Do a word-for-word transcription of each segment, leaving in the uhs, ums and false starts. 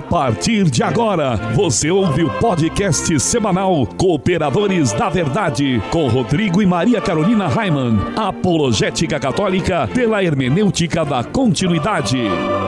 partir de agora, você ouve o podcast semanal Cooperadores da Verdade, com Rodrigo e Maria Carolina Raimann, apologética católica pela hermenêutica da continuidade.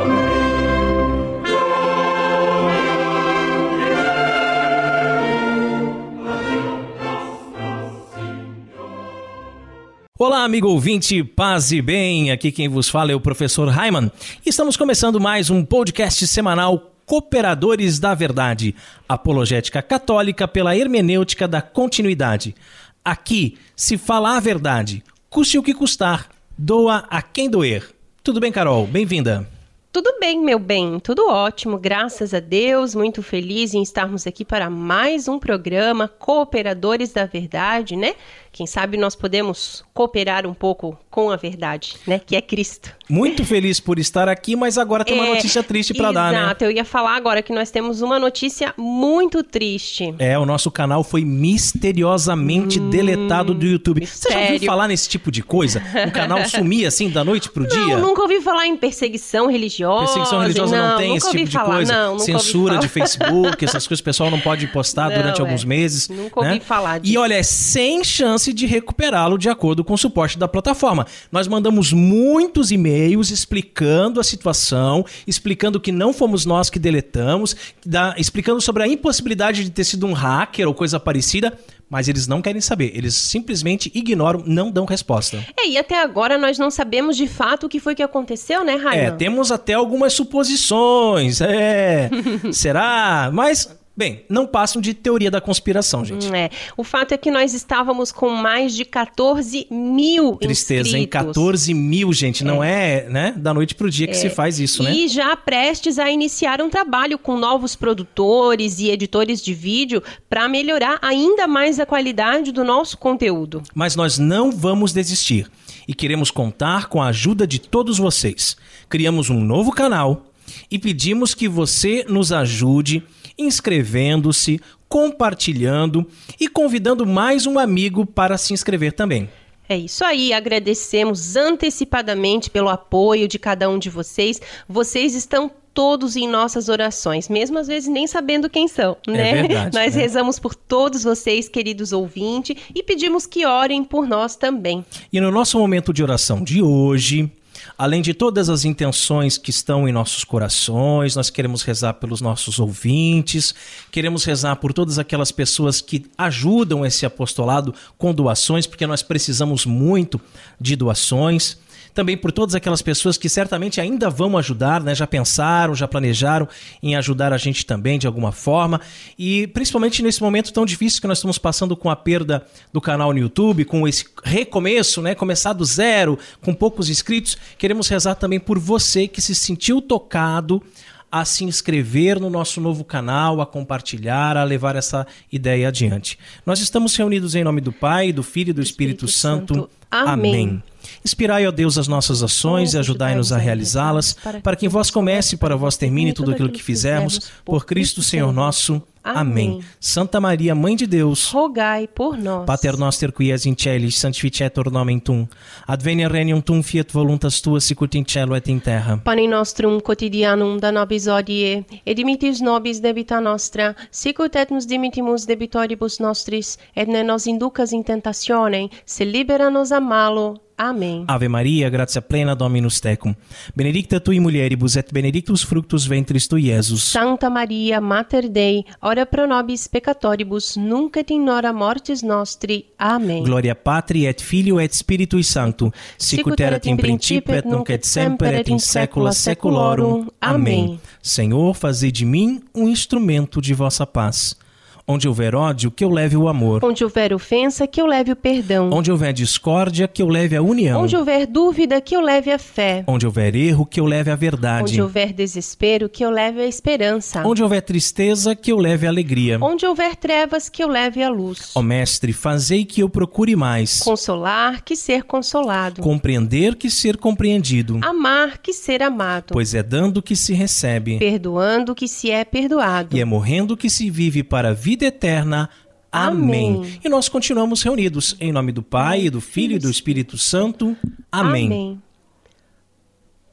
Olá, amigo ouvinte, paz e bem, aqui quem vos fala é o professor Raimann. Estamos começando mais um podcast semanal Cooperadores da Verdade, apologética católica pela hermenêutica da continuidade. Aqui se fala a verdade, custe o que custar, doa a quem doer. Tudo bem, Carol? Bem-vinda. Tudo bem, meu bem, tudo ótimo, graças a Deus, muito feliz em estarmos aqui para mais um programa Cooperadores da Verdade, né? Quem sabe nós podemos cooperar um pouco com a verdade, né? Que é Cristo. Muito feliz por estar aqui, mas agora tem uma é, notícia triste para dar, né? Exato, eu ia falar agora que nós temos uma notícia muito triste. É, o nosso canal foi misteriosamente hum, deletado do YouTube. Mistério. Você já ouviu falar nesse tipo de coisa? O canal sumia assim da noite pro não, dia? Não, nunca ouvi falar em perseguição religiosa. Perseguição religiosa não, não tem esse tipo de falar, coisa? Não, nunca Censura ouvi de Facebook, essas coisas o pessoal não pode postar não, durante é. alguns meses. Nunca né? ouvi falar disso. E olha, é sem chance de recuperá-lo de acordo com o suporte da plataforma. Nós mandamos muitos e-mails explicando a situação, explicando que não fomos nós que deletamos, da, explicando sobre a impossibilidade de ter sido um hacker ou coisa parecida, mas eles não querem saber. Eles simplesmente ignoram, não dão resposta. É, e até agora nós não sabemos de fato o que foi que aconteceu, né, Raimann? É, temos até algumas suposições. É, será? Mas... Bem, não passam de teoria da conspiração, gente. É. O fato é que nós estávamos com mais de catorze mil Tristeza, inscritos. hein? catorze mil, gente. É. Não é, né, da noite pro dia que é. se faz isso, né? E já prestes a iniciar um trabalho com novos produtores e editores de vídeo para melhorar ainda mais a qualidade do nosso conteúdo. Mas nós não vamos desistir e queremos contar com a ajuda de todos vocês. Criamos um novo canal e pedimos que você nos ajude inscrevendo-se, compartilhando e convidando mais um amigo para se inscrever também. É isso aí, agradecemos antecipadamente pelo apoio de cada um de vocês. Vocês estão todos em nossas orações, mesmo às vezes nem sabendo quem são, né? É verdade, Nós né? rezamos por todos vocês, queridos ouvintes, e pedimos que orem por nós também. E no nosso momento de oração de hoje, além de todas as intenções que estão em nossos corações, nós queremos rezar pelos nossos ouvintes, queremos rezar por todas aquelas pessoas que ajudam esse apostolado com doações, porque nós precisamos muito de doações. Também por todas aquelas pessoas que certamente ainda vão ajudar, né? Já pensaram, já planejaram em ajudar a gente também de alguma forma. E principalmente nesse momento tão difícil que nós estamos passando com a perda do canal no YouTube, com esse recomeço, né? Começar do zero, com poucos inscritos. Queremos rezar também por você que se sentiu tocado a se inscrever no nosso novo canal, a compartilhar, a levar essa ideia adiante. Nós estamos reunidos em nome do Pai, do Filho e do Espírito, Espírito Santo. Santo. Amém. Amém. Inspirai, ó Deus, as nossas ações e ajudai-nos a realizá-las, para que em vós comece e para vós termine tudo aquilo que fizermos, por Cristo Senhor nosso. Amém. Santa Maria, Mãe de Deus, rogai por nós. Pater noster qui es in celis, sanctificetur nomen tuum. Adveniat regnum tuum, fiat voluntas tua, sicut in cielo et in terra. Panem nostrum quotidianum da nobis hodie, et dimitis nobis debita nostra, sicut et nos dimittimus debitoribus nostris, et ne nos inducas in tentationem, se libera nos a malo. Amém. Ave Maria, gratia plena, Dominus tecum. Benedicta tui mulieribus et benedictus fructus ventris tui, Iesus. Santa Maria, Mater Dei, ora pro nobis peccatoribus, nunc et in hora mortis nostri. Amém. Gloria Patri et Filio et Spiritui Sancto, sicut erat in principio et nunc et semper et in saecula saeculorum. Amém. Senhor, fazei de mim um instrumento de vossa paz. Onde houver ódio, que eu leve o amor. Onde houver ofensa, que eu leve o perdão. Onde houver discórdia, que eu leve a união. Onde houver dúvida, que eu leve a fé. Onde houver erro, que eu leve a verdade. Onde houver desespero, que eu leve a esperança. Onde houver tristeza, que eu leve a alegria. Onde houver trevas, que eu leve a luz. Ó Mestre, fazei que eu procure mais. Consolar, que ser consolado. Compreender, que ser compreendido. Amar, que ser amado. Pois é dando que se recebe. Perdoando, que se é perdoado. E é morrendo que se vive para a vida eterna. Amém. Amém. E nós continuamos reunidos em nome do Pai, do Filho e do Espírito Santo. Amém. Amém.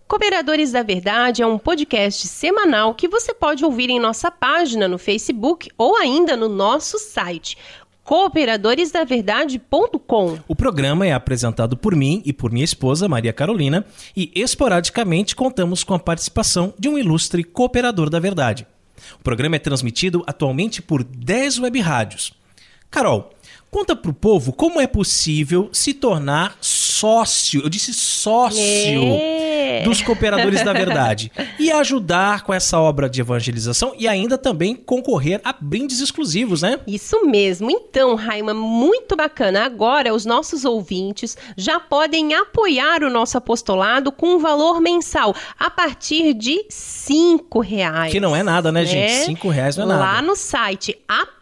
Cooperadores da Verdade é um podcast semanal que você pode ouvir em nossa página no Facebook ou ainda no nosso site, cooperadores da verdade ponto com. O programa é apresentado por mim e por minha esposa, Maria Carolina, e esporadicamente contamos com a participação de um ilustre cooperador da verdade. O programa é transmitido atualmente por dez web rádios. Carol, conta pro povo como é possível se tornar sócio, eu disse sócio, é. dos Cooperadores da Verdade e ajudar com essa obra de evangelização e ainda também concorrer a brindes exclusivos, né? Isso mesmo. Então, Raima, muito bacana. Agora, os nossos ouvintes já podem apoiar o nosso apostolado com um valor mensal a partir de cinco reais. Que não é nada, né, né? gente? Cinco reais não é nada. Lá no site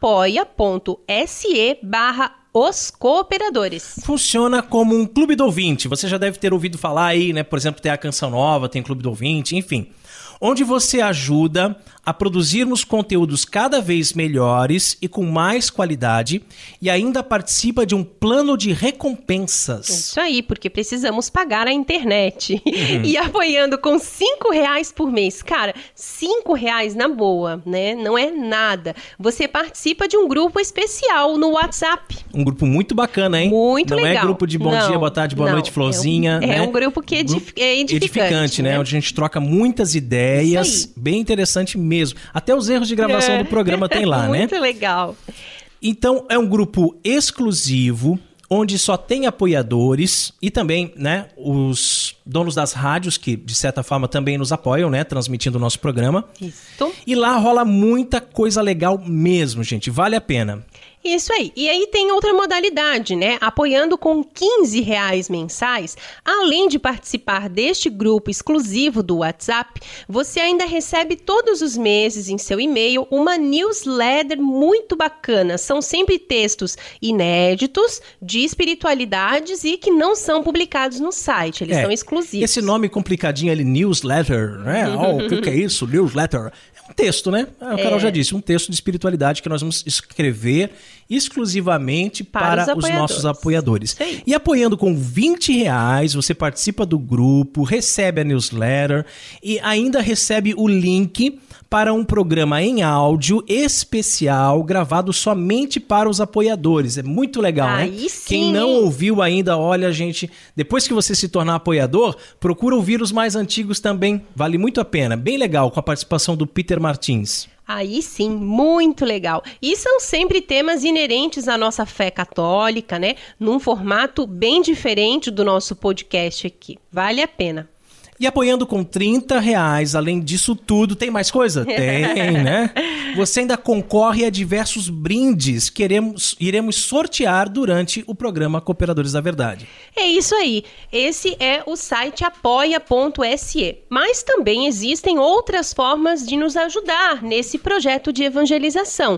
apoia.se barra Os Cooperadores. Funciona como um clube do ouvinte. Você já deve ter ouvido falar aí, né? Por exemplo, tem a Canção Nova, tem o Clube do Ouvinte, enfim. Onde você ajuda a produzirmos conteúdos cada vez melhores e com mais qualidade e ainda participa de um plano de recompensas. Isso aí, porque precisamos pagar a internet. Uhum. E apoiando com cinco reais por mês. Cara, cinco reais na boa, né? Não é nada. Você participa de um grupo especial no WhatsApp. Um grupo muito bacana, hein? Muito não legal. Não é grupo de bom não, dia, boa tarde, boa não. noite, florzinha, é um, né? É um grupo que edif- grupo é edificante. Edificante, né? né? Onde a gente troca muitas ideias. Bem interessante mesmo. Até os erros de gravação é. do programa tem lá, muito né? Muito legal. Então, é um grupo exclusivo, onde só tem apoiadores e também, né, os donos das rádios, que de certa forma também nos apoiam, né, transmitindo o nosso programa. Isso. E lá rola muita coisa legal mesmo, gente. Vale a pena. Isso aí. E aí tem outra modalidade, né? Apoiando com quinze reais mensais, além de participar deste grupo exclusivo do WhatsApp, você ainda recebe todos os meses em seu e-mail uma newsletter muito bacana. São sempre textos inéditos, de espiritualidades e que não são publicados no site. Eles é, são exclusivos. Esse nome complicadinho ali, newsletter, né? Oh, o que, que é isso? Newsletter. Um texto, né? O Carol é. já disse, um texto de espiritualidade que nós vamos escrever exclusivamente para, para os, os nossos apoiadores. Sim. E apoiando com vinte reais, você participa do grupo, recebe a newsletter e ainda recebe o link para um programa em áudio especial gravado somente para os apoiadores. É muito legal, Aí né? Sim. Quem não ouviu ainda, olha, gente, depois que você se tornar apoiador, procura ouvir os mais antigos também. Vale muito a pena. Bem legal, com a participação do Peter Martins. Aí sim, muito legal. E são sempre temas inerentes à nossa fé católica, né? Num formato bem diferente do nosso podcast aqui. Vale a pena. E apoiando com trinta reais, além disso tudo, tem mais coisa? Tem, né? Você ainda concorre a diversos brindes que iremos, iremos sortear durante o programa Cooperadores da Verdade. É isso aí. Esse é o site apoia.se. Mas também existem outras formas de nos ajudar nesse projeto de evangelização.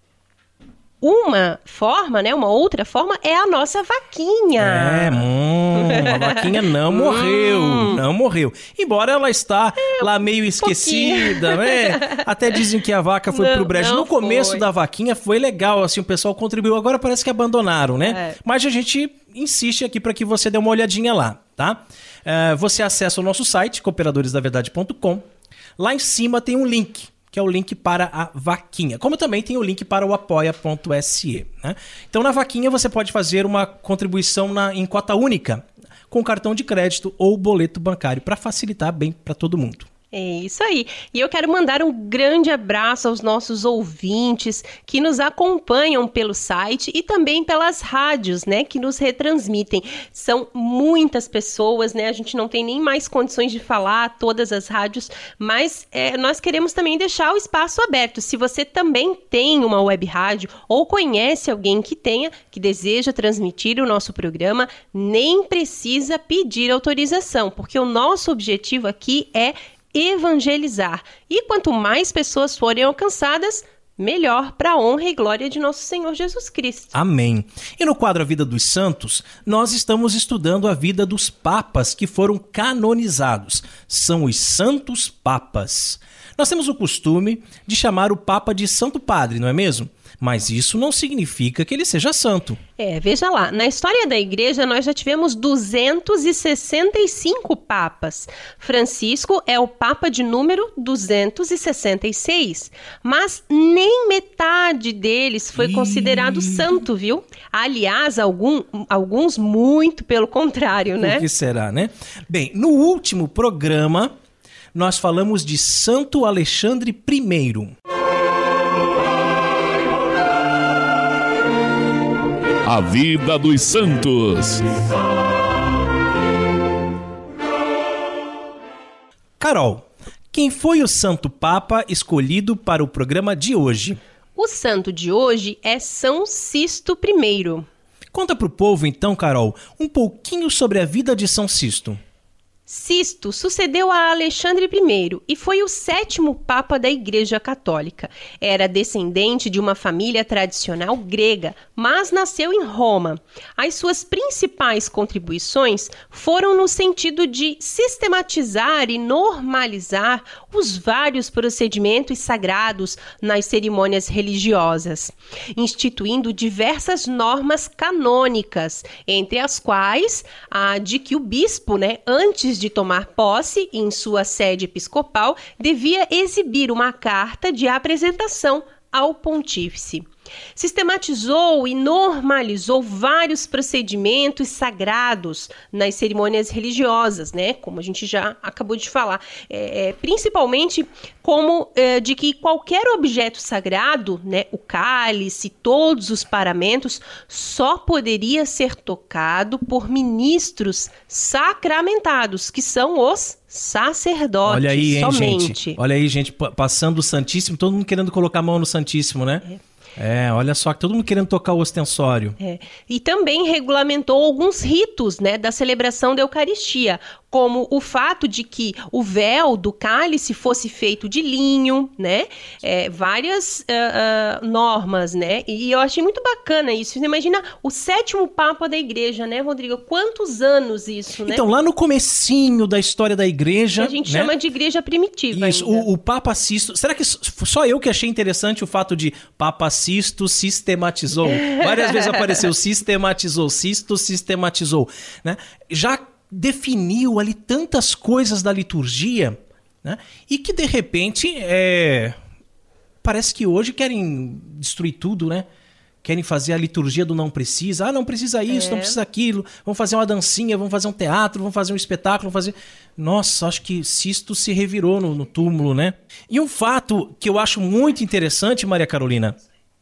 Uma forma, né, uma outra forma é a nossa vaquinha. É, hum, a vaquinha não morreu, não morreu. Embora ela está é, lá meio esquecida, né? Até dizem que a vaca foi não, pro brejo. No começo foi. da vaquinha foi legal, assim, o pessoal contribuiu. Agora parece que abandonaram, né? É. Mas a gente insiste aqui para que você dê uma olhadinha lá, tá? É, você acessa o nosso site, cooperadores da verdade ponto com. Lá em cima tem um link, que é o link para a vaquinha. Como também tem o link para o apoia.se. Né? Então, na vaquinha, você pode fazer uma contribuição na, em cota única, com cartão de crédito ou boleto bancário, para facilitar bem para todo mundo. É isso aí. E eu quero mandar um grande abraço aos nossos ouvintes que nos acompanham pelo site e também pelas rádios, né, que nos retransmitem. São muitas pessoas, né? A gente não tem nem mais condições de falar todas as rádios, mas é, nós queremos também deixar o espaço aberto. Se você também tem uma web rádio ou conhece alguém que tenha, que deseja transmitir o nosso programa, nem precisa pedir autorização, porque o nosso objetivo aqui é evangelizar. E quanto mais pessoas forem alcançadas, melhor para a honra e glória de nosso Senhor Jesus Cristo. Amém. E no quadro A Vida dos Santos, nós estamos estudando a vida dos papas que foram canonizados. São os Santos Papas. Nós temos o costume de chamar o Papa de Santo Padre, não é mesmo? mas isso não significa que ele seja santo. É, veja lá, na história da igreja nós já tivemos duzentos e sessenta e cinco papas. Francisco é o papa de número duzentos e sessenta e seis, mas nem metade deles foi Ih. considerado santo, viu? Aliás, algum, alguns muito pelo contrário, né? O que será, né? Bem, no último programa, nós falamos de Santo Alexandre I. A vida dos santos. Carol, quem foi o Santo Papa escolhido para o programa de hoje? O santo de hoje é São Sisto I. Conta pro povo então, Carol, um pouquinho sobre a vida de São Sisto. Sisto sucedeu a Alexandre I e foi o sétimo papa da Igreja Católica. Era descendente de uma família tradicional grega, mas nasceu em Roma. As suas principais contribuições foram no sentido de sistematizar e normalizar os vários procedimentos sagrados nas cerimônias religiosas, instituindo diversas normas canônicas, entre as quais a de que o bispo, né, antes de tomar posse em sua sede episcopal, devia exibir uma carta de apresentação ao pontífice. Sistematizou e normalizou vários procedimentos sagrados nas cerimônias religiosas, né? Como a gente já acabou de falar, é, é, principalmente como é, de que qualquer objeto sagrado, né, o cálice, todos os paramentos, só poderia ser tocado por ministros sacramentados, que são os sacerdotes. Olha aí, hein, somente. gente? Olha aí, gente, passando o Santíssimo, todo mundo querendo colocar a mão no Santíssimo, né? É. É, olha só, todo mundo querendo tocar o ostensório. É. E também regulamentou alguns ritos, né, da celebração da Eucaristia, como o fato de que o véu do cálice fosse feito de linho, né? É, várias uh, uh, normas, né? E eu achei muito bacana isso. Você imagina o sétimo Papa da Igreja, né, Rodrigo? Quantos anos isso, né? Então, lá no comecinho da história da Igreja... Que a gente né? chama de Igreja Primitiva. Isso, ainda. o, o Papa Sisto... Será que só eu que achei interessante o fato de Papa Sisto sistematizou? Várias vezes apareceu sistematizou, Sisto sistematizou, né? Já definiu ali tantas coisas da liturgia, né? E que de repente é... parece que hoje querem destruir tudo, né? Querem fazer a liturgia do não precisa. Ah, não precisa isso, é. não precisa aquilo. Vamos fazer uma dancinha, vamos fazer um teatro, vamos fazer um espetáculo, vamos fazer... Nossa, acho que Sisto se revirou no, no túmulo, né? E um fato que eu acho muito interessante, Maria Carolina,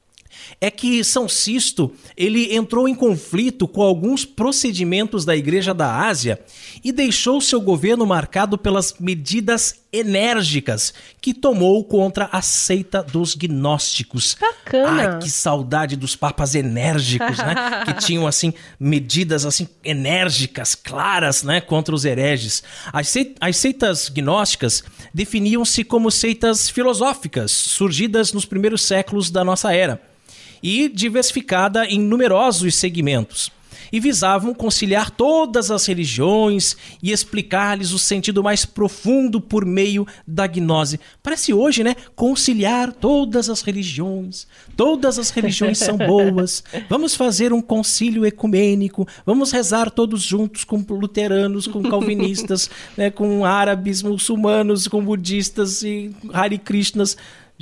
é que São Sisto, ele entrou em conflito com alguns procedimentos da Igreja da Ásia e deixou seu governo marcado pelas medidas enérgicas que tomou contra a seita dos gnósticos. Bacana! Ai, que saudade dos papas enérgicos, né? Que tinham, assim, medidas, assim, enérgicas, claras, né? Contra os hereges. As, seit- as seitas gnósticas definiam-se como seitas filosóficas, surgidas nos primeiros séculos da nossa era, e diversificada em numerosos segmentos, e visavam conciliar todas as religiões e explicar-lhes o sentido mais profundo por meio da gnose. Parece hoje, né? Conciliar todas as religiões, todas as religiões são boas, vamos fazer um concílio ecumênico, vamos rezar todos juntos com luteranos, com calvinistas, né? Com árabes, muçulmanos, com budistas e Hare Krishnas.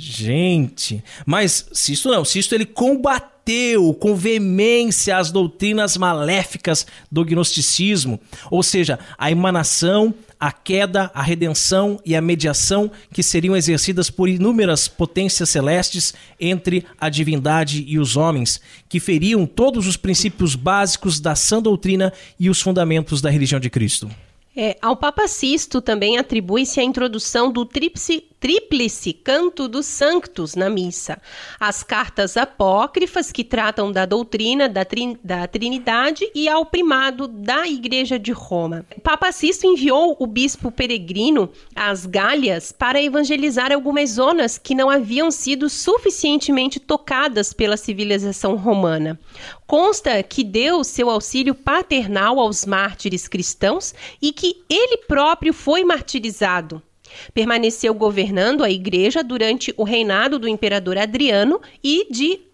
Gente, mas Sisto não, Sisto ele combateu com veemência as doutrinas maléficas do gnosticismo, ou seja, a emanação, a queda, a redenção e a mediação que seriam exercidas por inúmeras potências celestes entre a divindade e os homens, que feriam todos os princípios básicos da sã doutrina e os fundamentos da religião de Cristo. É, ao Papa Sisto também atribui-se a introdução do tríplice, tríplice canto dos sanctos na missa, as cartas apócrifas que tratam da doutrina da, trin, da Trindade e ao primado da Igreja de Roma. O Papa Sisto enviou o bispo Peregrino às Gálias para evangelizar algumas zonas que não haviam sido suficientemente tocadas pela civilização romana. Consta que deu seu auxílio paternal aos mártires cristãos e que ele próprio foi martirizado. Permaneceu governando a igreja durante o reinado do imperador Adriano e de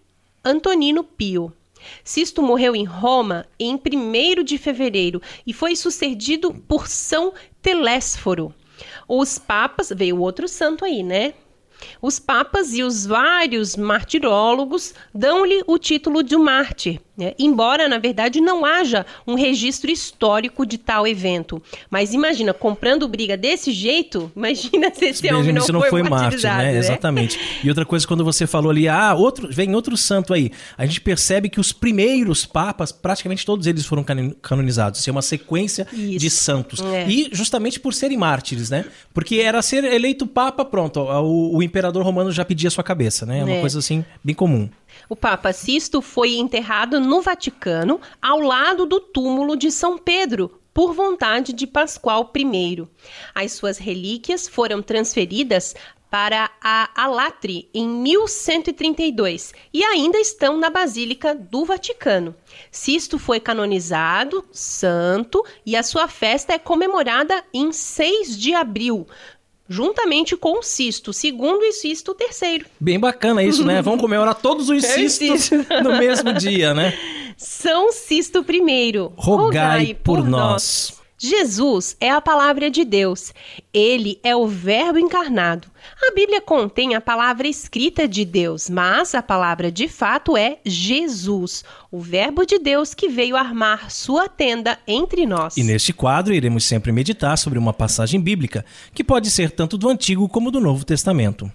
Antonino Pio. Sisto morreu em Roma em primeiro de fevereiro e foi sucedido por São Telésforo. Os papas, veio outro santo aí, né? Os papas e os vários martirólogos dão-lhe o título de mártir, né? Embora, na verdade, não haja um registro histórico de tal evento. Mas imagina, comprando briga desse jeito, imagina se esse homem não, não foi, foi mártir, martirizado, né? né? Exatamente. E outra coisa, quando você falou ali, ah, outro, vem outro santo aí, a gente percebe que os primeiros papas, praticamente todos eles foram canonizados. Isso é uma sequência Isso. de santos. É. E justamente por serem mártires, né? Porque era ser eleito papa, pronto, o, o imperador romano já pedia a sua cabeça, né? É uma é. coisa assim, bem comum. O Papa Sisto foi enterrado no Vaticano, ao lado do túmulo de São Pedro, por vontade de Pascoal I. As suas relíquias foram transferidas para a Alatri em mil cento e trinta e dois e ainda estão na Basílica do Vaticano. Sisto foi canonizado santo e a sua festa é comemorada em seis de abril, juntamente com o Sisto segundo e Sisto terceiro. Bem bacana isso, né? Vamos comemorar todos os Sistos no mesmo dia, né? São Sisto I, rogai, rogai por, por nós. nós. Jesus é a palavra de Deus. Ele é o Verbo encarnado. A Bíblia contém a palavra escrita de Deus, mas a palavra de fato é Jesus, o Verbo de Deus que veio armar sua tenda entre nós. E neste quadro iremos sempre meditar sobre uma passagem bíblica, que pode ser tanto do Antigo como do Novo Testamento.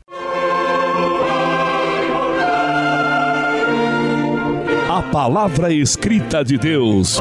A palavra escrita de Deus.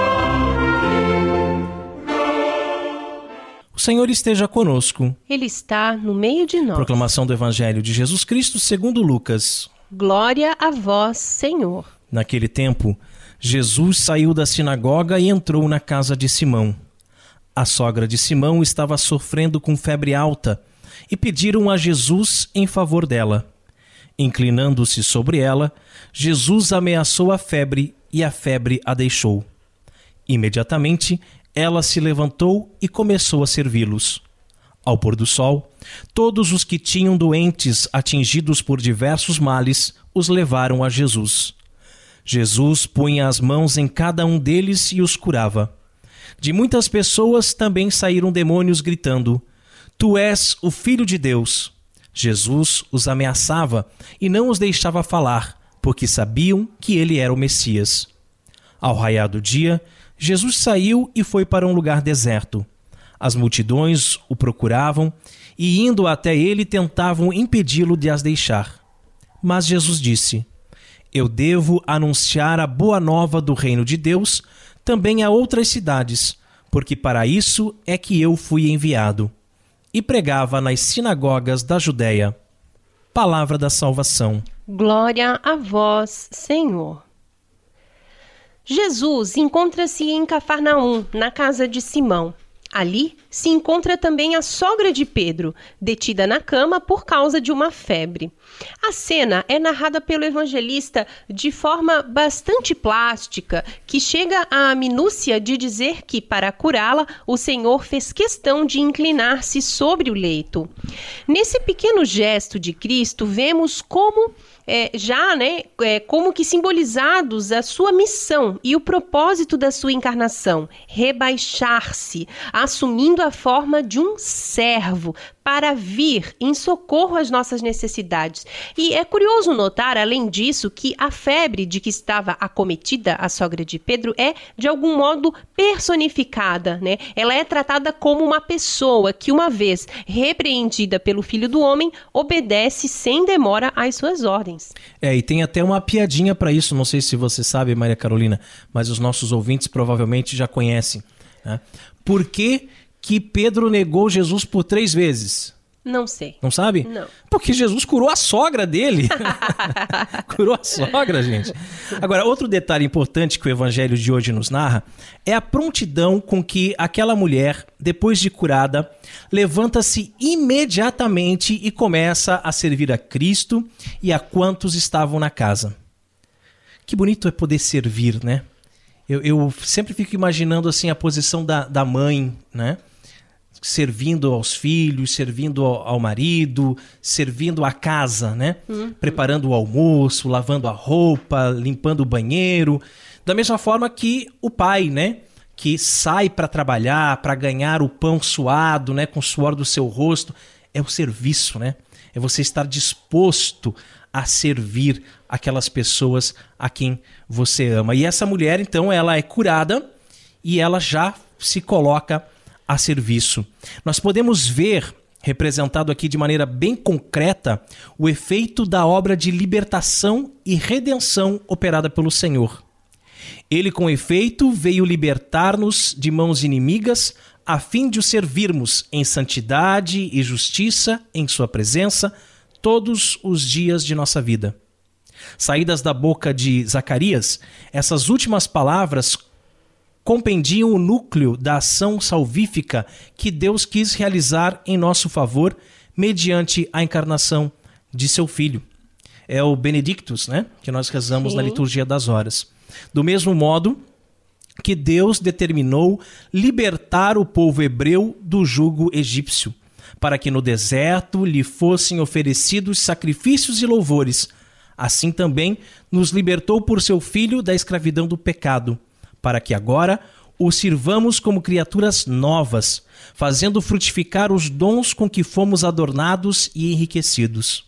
O Senhor esteja conosco. Ele está no meio de nós. Proclamação do Evangelho de Jesus Cristo segundo Lucas. Glória a vós, Senhor. Naquele tempo, Jesus saiu da sinagoga e entrou na casa de Simão. A sogra de Simão estava sofrendo com febre alta e pediram a Jesus em favor dela. Inclinando-se sobre ela, Jesus ameaçou a febre e a febre a deixou. Imediatamente, ela se levantou e começou a servi-los. Ao pôr do sol, todos os que tinham doentes atingidos por diversos males os levaram a Jesus. Jesus punha as mãos em cada um deles e os curava. De muitas pessoas também saíram demônios gritando: Tu és o Filho de Deus. Jesus os ameaçava e não os deixava falar, porque sabiam que ele era o Messias. Ao raiar do dia, Jesus saiu e foi para um lugar deserto. As multidões o procuravam e, indo até ele, tentavam impedi-lo de as deixar. Mas Jesus disse: Eu devo anunciar a boa nova do reino de Deus também a outras cidades, porque para isso é que eu fui enviado. E pregava nas sinagogas da Judéia. Palavra da salvação. Glória a vós, Senhor. Jesus encontra-se em Cafarnaum, na casa de Simão. Ali se encontra também a sogra de Pedro, detida na cama por causa de uma febre. A cena é narrada pelo evangelista de forma bastante plástica, que chega à minúcia de dizer que, para curá-la, o Senhor fez questão de inclinar-se sobre o leito. Nesse pequeno gesto de Cristo, vemos como... É, já, né, é, como que simbolizados a sua missão e o propósito da sua encarnação, rebaixar-se, assumindo a forma de um servo para vir em socorro às nossas necessidades. E é curioso notar, além disso, que a febre de que estava acometida a sogra de Pedro é, de algum modo, personificada, né? Ela é tratada como uma pessoa que, uma vez repreendida pelo Filho do Homem, obedece sem demora às suas ordens. É, e tem até uma piadinha para isso, não sei se você sabe, Maria Carolina, mas os nossos ouvintes provavelmente já conhecem, né? Por que que Pedro negou Jesus por três vezes? Não sei. Não sabe? Não. Porque Jesus curou a sogra dele. Curou a sogra, gente. Agora, outro detalhe importante que o evangelho de hoje nos narra é a prontidão com que aquela mulher, depois de curada, levanta-se imediatamente e começa a servir a Cristo e a quantos estavam na casa. Que bonito é poder servir, né? Eu, eu sempre fico imaginando assim a posição da, da mãe, né? servindo aos filhos, servindo ao, ao marido, servindo a casa, né? Uhum. Preparando o almoço, lavando a roupa, limpando o banheiro. Da mesma forma que o pai, né? Que sai para trabalhar, para ganhar o pão suado, né? Com o suor do seu rosto. É o serviço, né? É você estar disposto a servir aquelas pessoas a quem você ama. E essa mulher, então, ela é curada e ela já se coloca a serviço. Nós podemos ver, representado aqui de maneira bem concreta, o efeito da obra de libertação e redenção operada pelo Senhor. Ele, com efeito, veio libertar-nos de mãos inimigas, a fim de o servirmos em santidade e justiça em sua presença todos os dias de nossa vida. Saídas da boca de Zacarias, essas últimas palavras compendiam o núcleo da ação salvífica que Deus quis realizar em nosso favor mediante a encarnação de seu Filho. É o Benedictus, né? Que nós rezamos Sim. na liturgia das horas. Do mesmo modo que Deus determinou libertar o povo hebreu do jugo egípcio, para que no deserto lhe fossem oferecidos sacrifícios e louvores. Assim também nos libertou por seu Filho da escravidão do pecado, para que agora o sirvamos como criaturas novas, fazendo frutificar os dons com que fomos adornados e enriquecidos.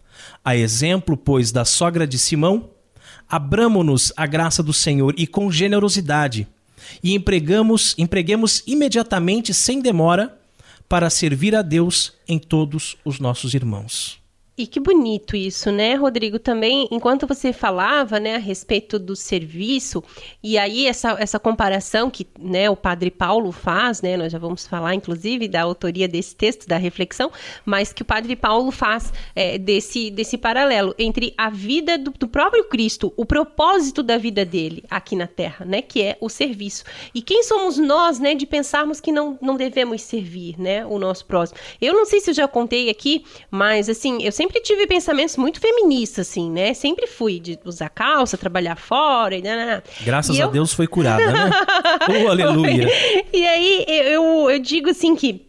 A exemplo, pois, da sogra de Simão, abramo-nos a graça do Senhor e com generosidade, e empregamos, empreguemos imediatamente, sem demora, para servir a Deus em todos os nossos irmãos. E que bonito isso, né, Rodrigo? Também, enquanto você falava, né, a respeito do serviço, e aí essa, essa comparação que, né, o Padre Paulo faz, né, nós já vamos falar, inclusive, da autoria desse texto, da reflexão, mas que o Padre Paulo faz é, desse, desse paralelo entre a vida do, do próprio Cristo, o propósito da vida dele aqui na Terra, né, que é o serviço. E quem somos nós, né, de pensarmos que não, não devemos servir, né, o nosso próximo? Eu não sei se eu já contei aqui, mas, assim, eu sempre tive pensamentos muito feministas, assim, né? Sempre fui de usar calça, trabalhar fora e... Graças e a eu... Deus foi curada, né? Oh, aleluia! E aí eu, eu digo assim que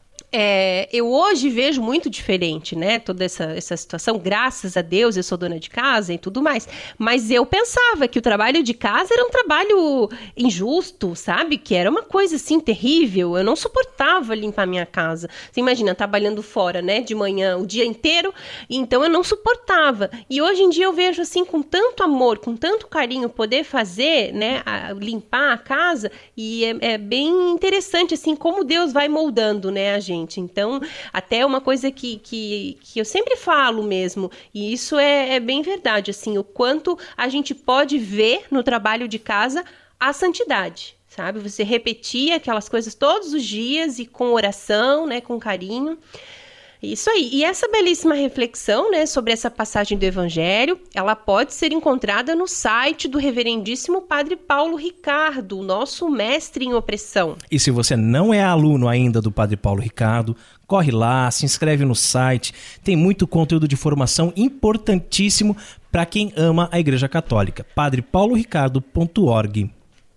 É, eu hoje vejo muito diferente, né, toda essa, essa situação, graças a Deus eu sou dona de casa e tudo mais, mas eu pensava que o trabalho de casa era um trabalho injusto, sabe, que era uma coisa assim terrível, eu não suportava limpar minha casa. Você imagina, trabalhando fora, né, de manhã o dia inteiro, então eu não suportava, e hoje em dia eu vejo assim, com tanto amor, com tanto carinho, poder fazer, né, a, limpar a casa, e é, é bem interessante assim, como Deus vai moldando, né, a gente. Então, até uma coisa que, que, que eu sempre falo mesmo, e isso é, é bem verdade, assim, o quanto a gente pode ver no trabalho de casa a santidade, sabe? Você repetir aquelas coisas todos os dias e com oração, né, com carinho. Isso aí. E essa belíssima reflexão, né, sobre essa passagem do Evangelho, ela pode ser encontrada no site do reverendíssimo Padre Paulo Ricardo, nosso mestre em opressão. E se você não é aluno ainda do Padre Paulo Ricardo, corre lá, se inscreve no site. Tem muito conteúdo de formação importantíssimo para quem ama a Igreja Católica. padre paulo ricardo ponto org.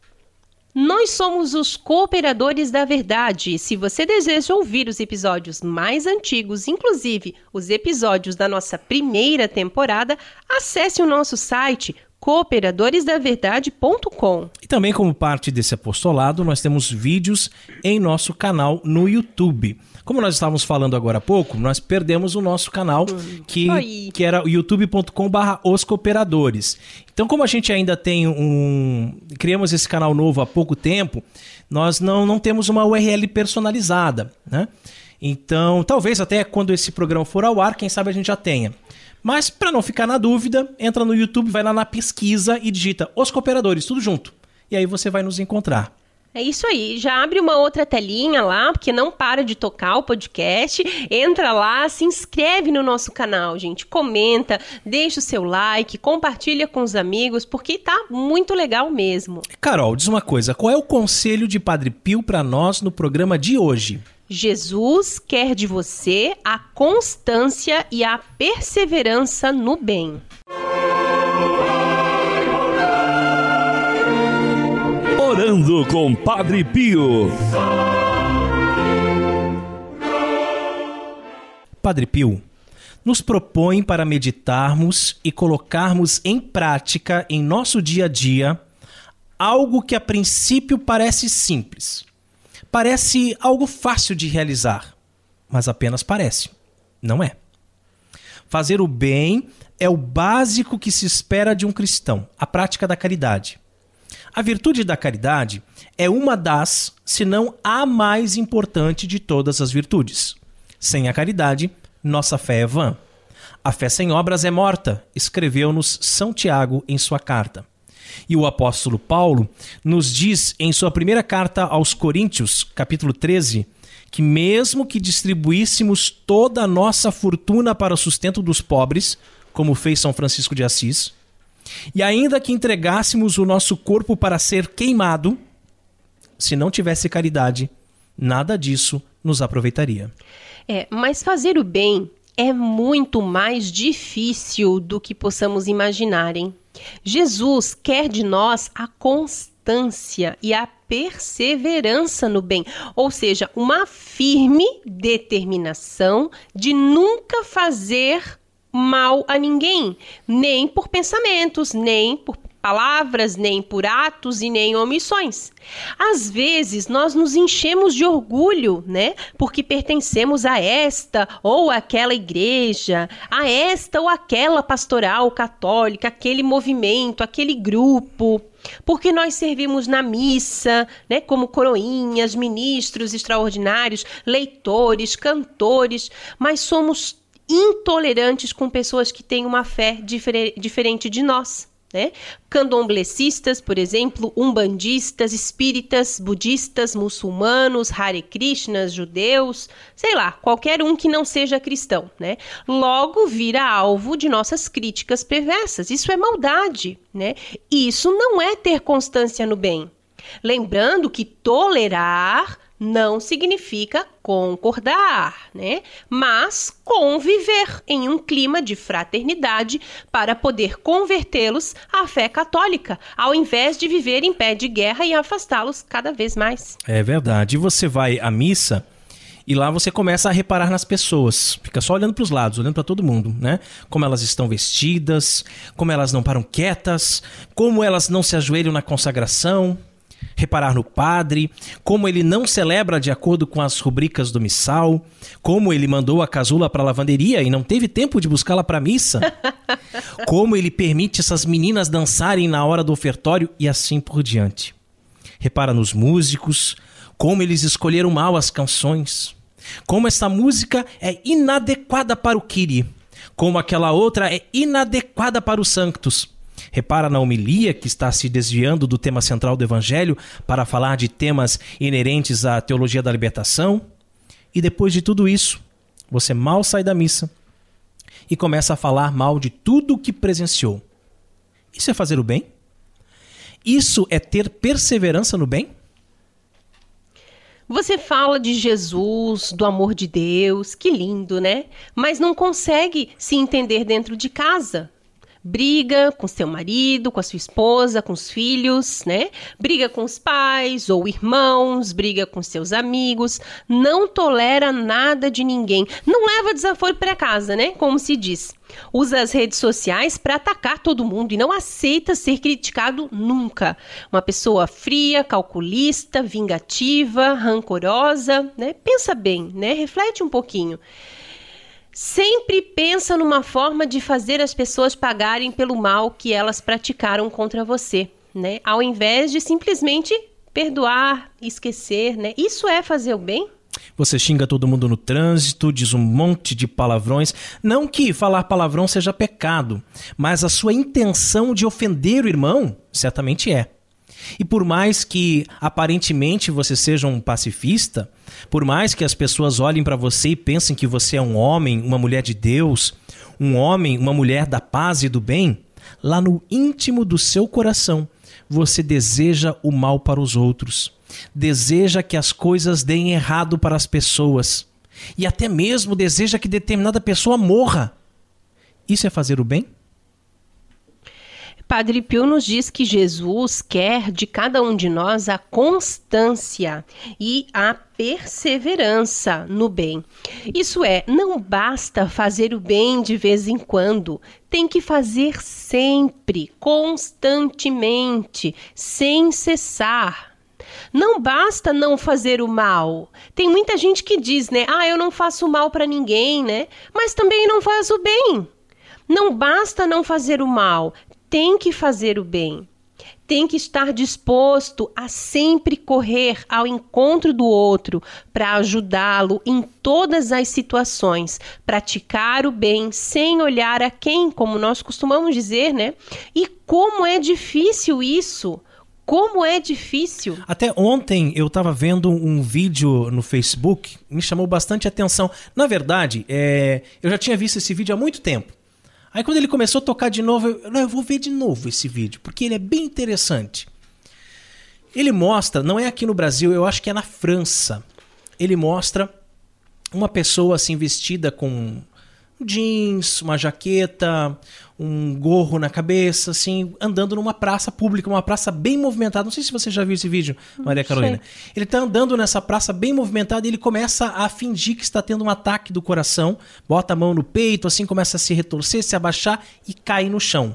Nós somos os Cooperadores da Verdade. Se você deseja ouvir os episódios mais antigos, inclusive os episódios da nossa primeira temporada, acesse o nosso site cooperadores da verdade ponto com. E também, como parte desse apostolado, nós temos vídeos em nosso canal no YouTube. Como nós estávamos falando agora há pouco, nós perdemos o nosso canal, que, que era youtube ponto com barra os cooperadores. Então, como a gente ainda tem um... criamos esse canal novo há pouco tempo, nós não, não temos uma U R L personalizada, né? Então, talvez até quando esse programa for ao ar, quem sabe a gente já tenha. Mas, para não ficar na dúvida, entra no YouTube, vai lá na pesquisa e digita Os Cooperadores, tudo junto. E aí você vai nos encontrar. É isso aí, já abre uma outra telinha lá, porque não para de tocar o podcast, entra lá, se inscreve no nosso canal, gente, comenta, deixa o seu like, compartilha com os amigos, porque tá muito legal mesmo. Carol, diz uma coisa, qual é o conselho de Padre Pio para nós no programa de hoje? Jesus quer de você a constância e a perseverança no bem. Orando com Padre Pio. Padre Pio nos propõe para meditarmos e colocarmos em prática em nosso dia a dia algo que a princípio parece simples. Parece algo fácil de realizar, mas apenas parece. Não é. Fazer o bem é o básico que se espera de um cristão, a prática da caridade. A virtude da caridade é uma das, se não a mais importante de todas as virtudes. Sem a caridade, nossa fé é vã. A fé sem obras é morta, escreveu-nos São Tiago em sua carta. E o apóstolo Paulo nos diz em sua primeira carta aos Coríntios, capítulo treze, que mesmo que distribuíssemos toda a nossa fortuna para o sustento dos pobres, como fez São Francisco de Assis, e ainda que entregássemos o nosso corpo para ser queimado, se não tivesse caridade, nada disso nos aproveitaria. É, mas fazer o bem é muito mais difícil do que possamos imaginar, hein? Jesus quer de nós a constância e a perseverança no bem, ou seja, uma firme determinação de nunca fazer mal a ninguém, nem por pensamentos, nem por palavras, nem por atos e nem omissões. Às vezes nós nos enchemos de orgulho, né? Porque pertencemos a esta ou aquela igreja, a esta ou aquela pastoral católica, aquele movimento, aquele grupo. Porque nós servimos na missa, né, como coroinhas, ministros extraordinários, leitores, cantores, mas somos intolerantes com pessoas que têm uma fé difer- diferente de nós. Né? Candomblecistas, por exemplo, umbandistas, espíritas, budistas, muçulmanos, Hare Krishnas, judeus, sei lá, qualquer um que não seja cristão, né? Logo vira alvo de nossas críticas perversas. Isso é maldade, né? Isso não é ter constância no bem. Lembrando que tolerar não significa concordar, né? Mas conviver em um clima de fraternidade para poder convertê-los à fé católica, ao invés de viver em pé de guerra e afastá-los cada vez mais. É verdade. E você vai à missa e lá você começa a reparar nas pessoas. Fica só olhando para os lados, olhando para todo mundo, né? Como elas estão vestidas, como elas não param quietas, como elas não se ajoelham na consagração. Reparar no padre, como ele não celebra de acordo com as rubricas do missal, como ele mandou a casula para a lavanderia e não teve tempo de buscá-la para a missa, como ele permite essas meninas dançarem na hora do ofertório e assim por diante. Repara nos músicos, como eles escolheram mal as canções, como essa música é inadequada para o Kyrie, como aquela outra é inadequada para os Sanctus. Repara na homilia que está se desviando do tema central do Evangelho para falar de temas inerentes à teologia da libertação. E depois de tudo isso, você mal sai da missa e começa a falar mal de tudo o que presenciou. Isso é fazer o bem? Isso é ter perseverança no bem? Você fala de Jesus, do amor de Deus, que lindo, né? Mas não consegue se entender dentro de casa. Briga com seu marido, com a sua esposa, com os filhos, né? Briga com os pais ou irmãos, briga com seus amigos, não tolera nada de ninguém, não leva desaforo para casa, né? Como se diz. Usa as redes sociais para atacar todo mundo e não aceita ser criticado nunca. Uma pessoa fria, calculista, vingativa, rancorosa, né? Pensa bem, né? Reflete um pouquinho. Sempre pensa numa forma de fazer as pessoas pagarem pelo mal que elas praticaram contra você, né? Ao invés de simplesmente perdoar, esquecer, né? Isso é fazer o bem? Você xinga todo mundo no trânsito, diz um monte de palavrões. Não que falar palavrão seja pecado, mas a sua intenção de ofender o irmão certamente é. E por mais que aparentemente você seja um pacifista, por mais que as pessoas olhem para você e pensem que você é um homem, uma mulher de Deus, um homem, uma mulher da paz e do bem, lá no íntimo do seu coração, você deseja o mal para os outros, deseja que as coisas deem errado para as pessoas e até mesmo deseja que determinada pessoa morra. Isso é fazer o bem? Padre Pio nos diz que Jesus quer de cada um de nós a constância e a perseverança no bem. Isso é, não basta fazer o bem de vez em quando, tem que fazer sempre, constantemente, sem cessar. Não basta não fazer o mal. Tem muita gente que diz, né? Ah, eu não faço mal para ninguém, né? Mas também não faz o bem. Não basta não fazer o mal, tem que fazer o bem. Tem que estar disposto a sempre correr ao encontro do outro para ajudá-lo em todas as situações. Praticar o bem sem olhar a quem, como nós costumamos dizer, né? E como é difícil isso. Como é difícil. Até ontem eu estava vendo um vídeo no Facebook, me chamou bastante atenção. Na verdade, é, eu já tinha visto esse vídeo há muito tempo. Aí quando ele começou a tocar de novo, eu, não, eu vou ver de novo esse vídeo, porque ele é bem interessante. Ele mostra, não é aqui no Brasil, eu acho que é na França. Ele mostra uma pessoa assim vestida com jeans, uma jaqueta, um gorro na cabeça, assim, andando numa praça pública, uma praça bem movimentada. Não sei se você já viu esse vídeo, Maria Carolina. Ele está andando nessa praça bem movimentada e ele começa a fingir que está tendo um ataque do coração, bota a mão no peito, assim, começa a se retorcer, se abaixar e cai no chão.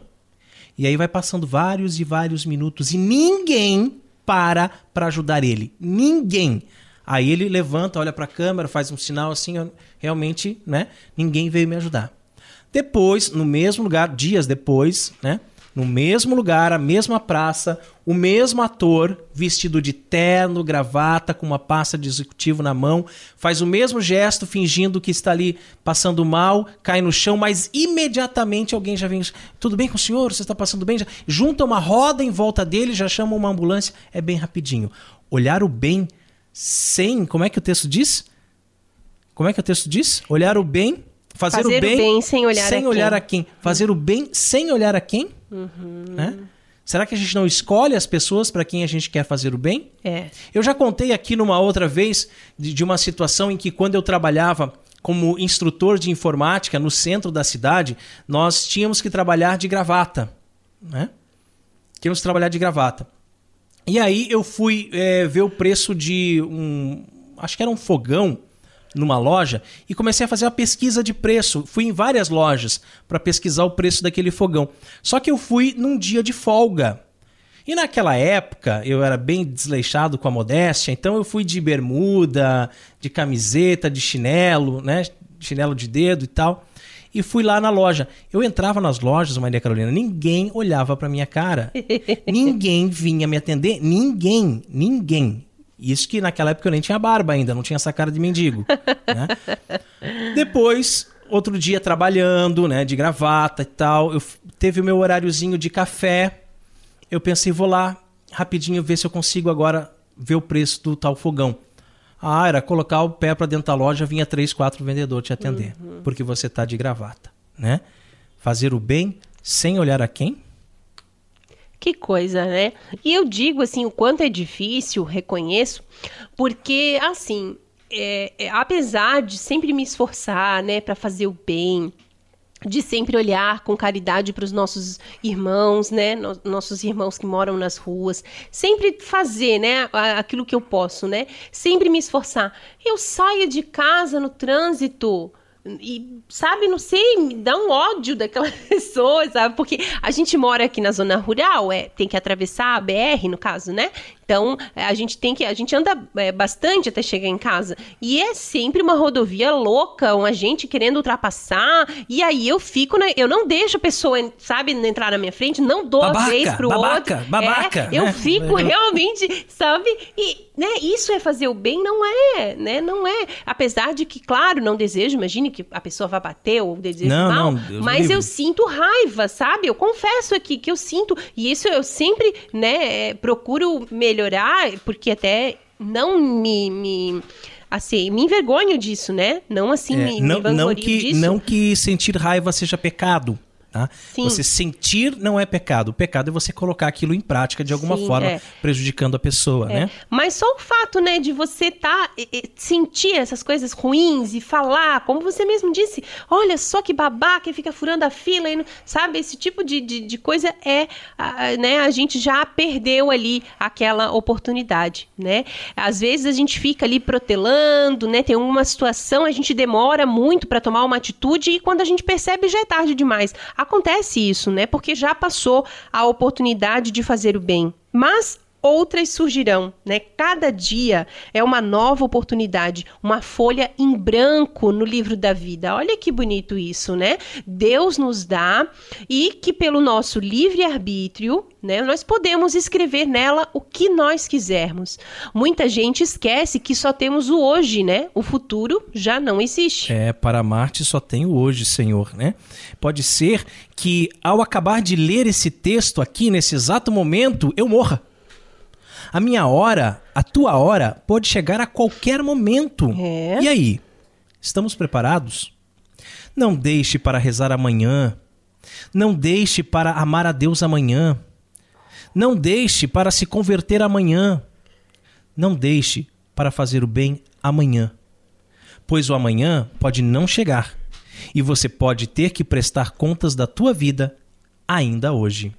E aí vai passando vários e vários minutos e ninguém para para ajudar ele. Ninguém. Aí ele levanta, olha para a câmera, faz um sinal assim, realmente, né? Ninguém veio me ajudar. Depois, no mesmo lugar, dias depois, né? No mesmo lugar, a mesma praça, o mesmo ator, vestido de terno, gravata, com uma pasta de executivo na mão, faz o mesmo gesto, fingindo que está ali passando mal, cai no chão, mas imediatamente alguém já vem, tudo bem com o senhor? Você está passando bem? Já junta uma roda em volta dele, já chama uma ambulância, é bem rapidinho. Olhar o bem sem, como é que o texto diz? Como é que o texto diz? Olhar o bem, fazer, fazer o, bem, o bem sem olhar, sem a, olhar quem? a quem? Fazer uhum. o bem sem olhar a quem? Uhum. Né? Será que a gente não escolhe as pessoas para quem a gente quer fazer o bem? É. Eu já contei aqui numa outra vez de, de uma situação em que quando eu trabalhava como instrutor de informática no centro da cidade, nós tínhamos que trabalhar de gravata. Né? Tínhamos que trabalhar de gravata. E aí eu fui é, ver o preço de um, acho que era um fogão numa loja e comecei a fazer uma pesquisa de preço. Fui em várias lojas para pesquisar o preço daquele fogão. Só que eu fui num dia de folga. E naquela época eu era bem desleixado com a modéstia, então eu fui de bermuda, de camiseta, de chinelo, né, chinelo de dedo e tal. E fui lá na loja. Eu entrava nas lojas, Maria Carolina, ninguém olhava pra minha cara. Ninguém vinha me atender. Ninguém. Ninguém. Isso que naquela época eu nem tinha barba ainda, não tinha essa cara de mendigo. Né? Depois, outro dia trabalhando, né, de gravata e tal, eu teve o meu horáriozinho de café. Eu pensei, vou lá rapidinho ver se eu consigo agora ver o preço do tal fogão. Ah, era colocar o pé para dentro da loja, vinha três, quatro vendedores te atender. Uhum. Porque você tá de gravata, né? Fazer o bem sem olhar a quem? Que coisa, né? E eu digo assim, o quanto é difícil, reconheço, porque assim, é, é, apesar de sempre me esforçar, né, para fazer o bem, de sempre olhar com caridade para os nossos irmãos, né, no, nossos irmãos que moram nas ruas, sempre fazer, né, aquilo que eu posso, né, sempre me esforçar. Eu saio de casa no trânsito e, sabe, não sei, me dá um ódio daquelas pessoas, sabe, porque a gente mora aqui na zona rural, é, tem que atravessar a B R, no caso, né, então a gente tem que, a gente anda é, bastante até chegar em casa, e é sempre uma rodovia louca, uma gente querendo ultrapassar, e aí eu fico, na, eu não deixo a pessoa, sabe, entrar na minha frente, não dou babaca, a vez pro babaca, outro, babaca, é, eu né? fico realmente, sabe, e né, isso é fazer o bem? Não é, né, não é, apesar de que, claro, não desejo, imagine que a pessoa vai bater ou desejo não, mal, não, mas eu sinto raiva, sabe, eu confesso aqui que eu sinto, e isso eu sempre, né, procuro melhorar, porque até não me, me assim, me envergonho disso, né, não assim, é, me, não, me vanglório não que, disso. Não que sentir raiva seja pecado. Tá? Você sentir não é pecado. O pecado é você colocar aquilo em prática de alguma Sim, forma, é. prejudicando a pessoa, é. né? Mas só o fato, né, de você tá, sentir essas coisas ruins e falar, como você mesmo disse, olha só que babaca, e fica furando a fila, e, sabe? Esse tipo de, de, de coisa é, né, a gente já perdeu ali aquela oportunidade, né? Às vezes a gente fica ali protelando, né? Tem uma situação, a gente demora muito para tomar uma atitude e quando a gente percebe já é tarde demais. Acontece isso, né? Porque já passou a oportunidade de fazer o bem. Mas outras surgirão, né? Cada dia é uma nova oportunidade, uma folha em branco no livro da vida. Olha que bonito isso, né? Deus nos dá e que pelo nosso livre-arbítrio, né, nós podemos escrever nela o que nós quisermos. Muita gente esquece que só temos o hoje, né? O futuro já não existe. É, para Marte só tem o hoje, Senhor, né? Pode ser que ao acabar de ler esse texto aqui, nesse exato momento, eu morra. A minha hora, a tua hora, pode chegar a qualquer momento. É. E aí? Estamos preparados? Não deixe para rezar amanhã. Não deixe para amar a Deus amanhã. Não deixe para se converter amanhã. Não deixe para fazer o bem amanhã. Pois o amanhã pode não chegar. E você pode ter que prestar contas da tua vida ainda hoje.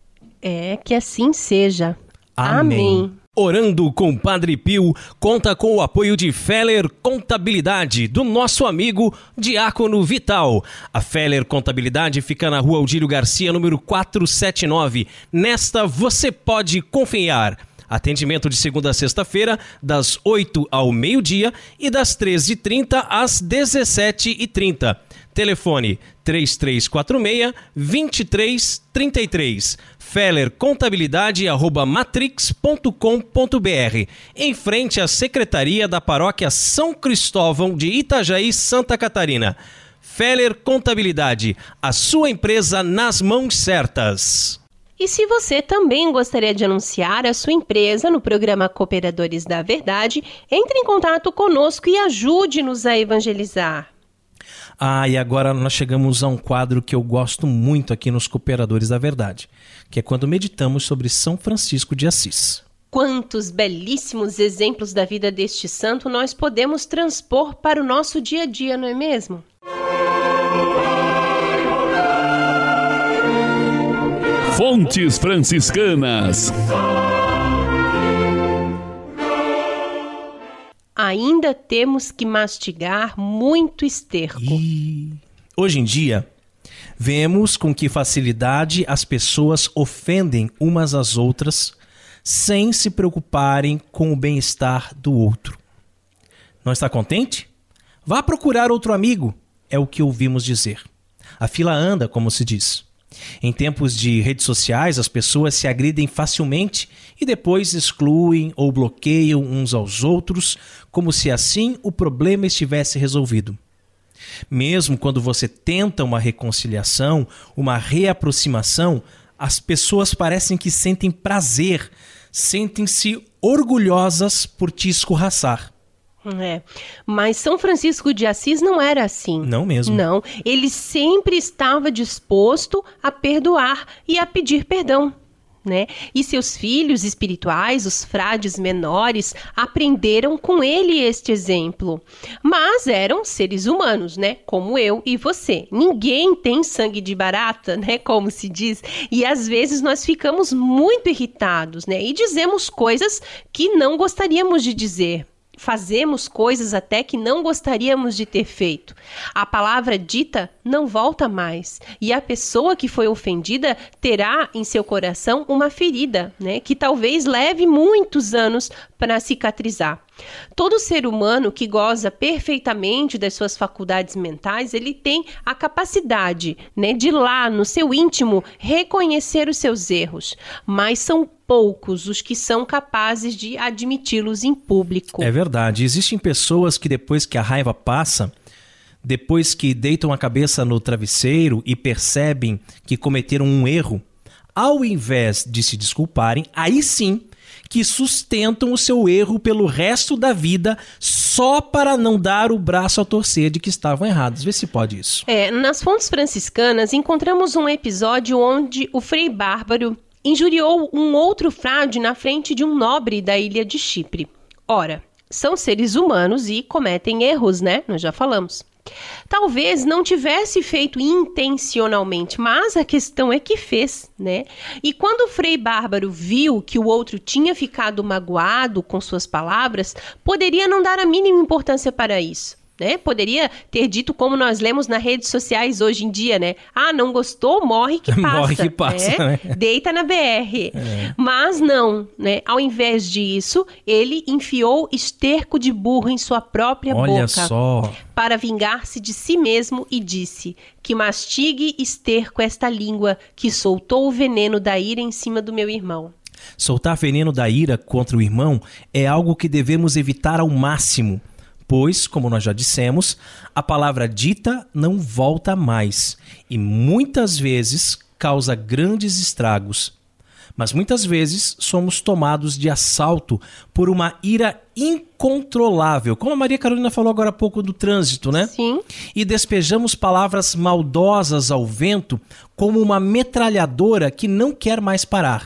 É, que assim seja. Amém. Amém. Orando com Padre Pio conta com o apoio de Feller Contabilidade, do nosso amigo Diácono Vital. A Feller Contabilidade fica na rua Aldírio Garcia, número quatrocentos e setenta e nove. Nesta você pode confiar. Atendimento de segunda a sexta-feira, das oito ao meio-dia e das treze e trinta às dezessete e trinta. Telefone três três quatro seis, dois três três três. Feller Contabilidade arroba matrix ponto com ponto br. Em frente à Secretaria da Paróquia São Cristóvão de Itajaí, Santa Catarina. Feller Contabilidade, a sua empresa nas mãos certas. E se você também gostaria de anunciar a sua empresa no programa Cooperadores da Verdade, entre em contato conosco e ajude-nos a evangelizar. Ah, e agora nós chegamos a um quadro que eu gosto muito aqui nos Cooperadores da Verdade, que é quando meditamos sobre São Francisco de Assis. Quantos belíssimos exemplos da vida deste santo nós podemos transpor para o nosso dia a dia, não é mesmo? Fontes Franciscanas. Ainda temos que mastigar muito esterco. E... Hoje em dia, vemos com que facilidade as pessoas ofendem umas às outras sem se preocuparem com o bem-estar do outro. Não está contente? Vá procurar outro amigo, é o que ouvimos dizer. A fila anda, como se diz. Em tempos de redes sociais, as pessoas se agridem facilmente e depois excluem ou bloqueiam uns aos outros, como se assim o problema estivesse resolvido. Mesmo quando você tenta uma reconciliação, uma reaproximação, as pessoas parecem que sentem prazer, sentem-se orgulhosas por te escorraçar. É, mas São Francisco de Assis não era assim. Não mesmo. Não, ele sempre estava disposto a perdoar e a pedir perdão, né? E seus filhos espirituais, os frades menores, aprenderam com ele este exemplo. Mas eram seres humanos, né? Como eu e você. Ninguém tem sangue de barata, né? Como se diz. E às vezes nós ficamos muito irritados, né? E dizemos coisas que não gostaríamos de dizer. Fazemos coisas até que não gostaríamos de ter feito. A palavra dita não volta mais. E a pessoa que foi ofendida terá em seu coração uma ferida, né, que talvez leve muitos anos para cicatrizar. Todo ser humano que goza perfeitamente das suas faculdades mentais, ele tem a capacidade, né, de lá no seu íntimo reconhecer os seus erros, mas são poucos os que são capazes de admiti-los em público. É verdade, existem pessoas que depois que a raiva passa, depois que deitam a cabeça no travesseiro e percebem que cometeram um erro, ao invés de se desculparem, aí sim que sustentam o seu erro pelo resto da vida só para não dar o braço a torcer de que estavam errados. Vê se pode isso. É, nas fontes franciscanas encontramos um episódio onde o Frei Bárbaro injuriou um outro frade na frente de um nobre da ilha de Chipre. Ora, são seres humanos e cometem erros, né? Nós já falamos. Talvez não tivesse feito intencionalmente, mas a questão é que fez, né? E quando o Frei Bárbaro viu que o outro tinha ficado magoado com suas palavras, poderia não dar a mínima importância para isso, né? Poderia ter dito como nós lemos nas redes sociais hoje em dia, né? Ah, não gostou? Morre que passa. Morre que passa, né? né? Deita na B R. É. Mas não, né? Ao invés disso, ele enfiou esterco de burro em sua própria Olha boca. só. Para vingar-se de si mesmo e disse: que mastigue esterco esta língua que soltou o veneno da ira em cima do meu irmão. Soltar veneno da ira contra o irmão é algo que devemos evitar ao máximo, pois, como nós já dissemos, a palavra dita não volta mais e muitas vezes causa grandes estragos. Mas muitas vezes somos tomados de assalto por uma ira incontrolável, como a Maria Carolina falou agora há pouco do trânsito, né? Sim. E despejamos palavras maldosas ao vento como uma metralhadora que não quer mais parar.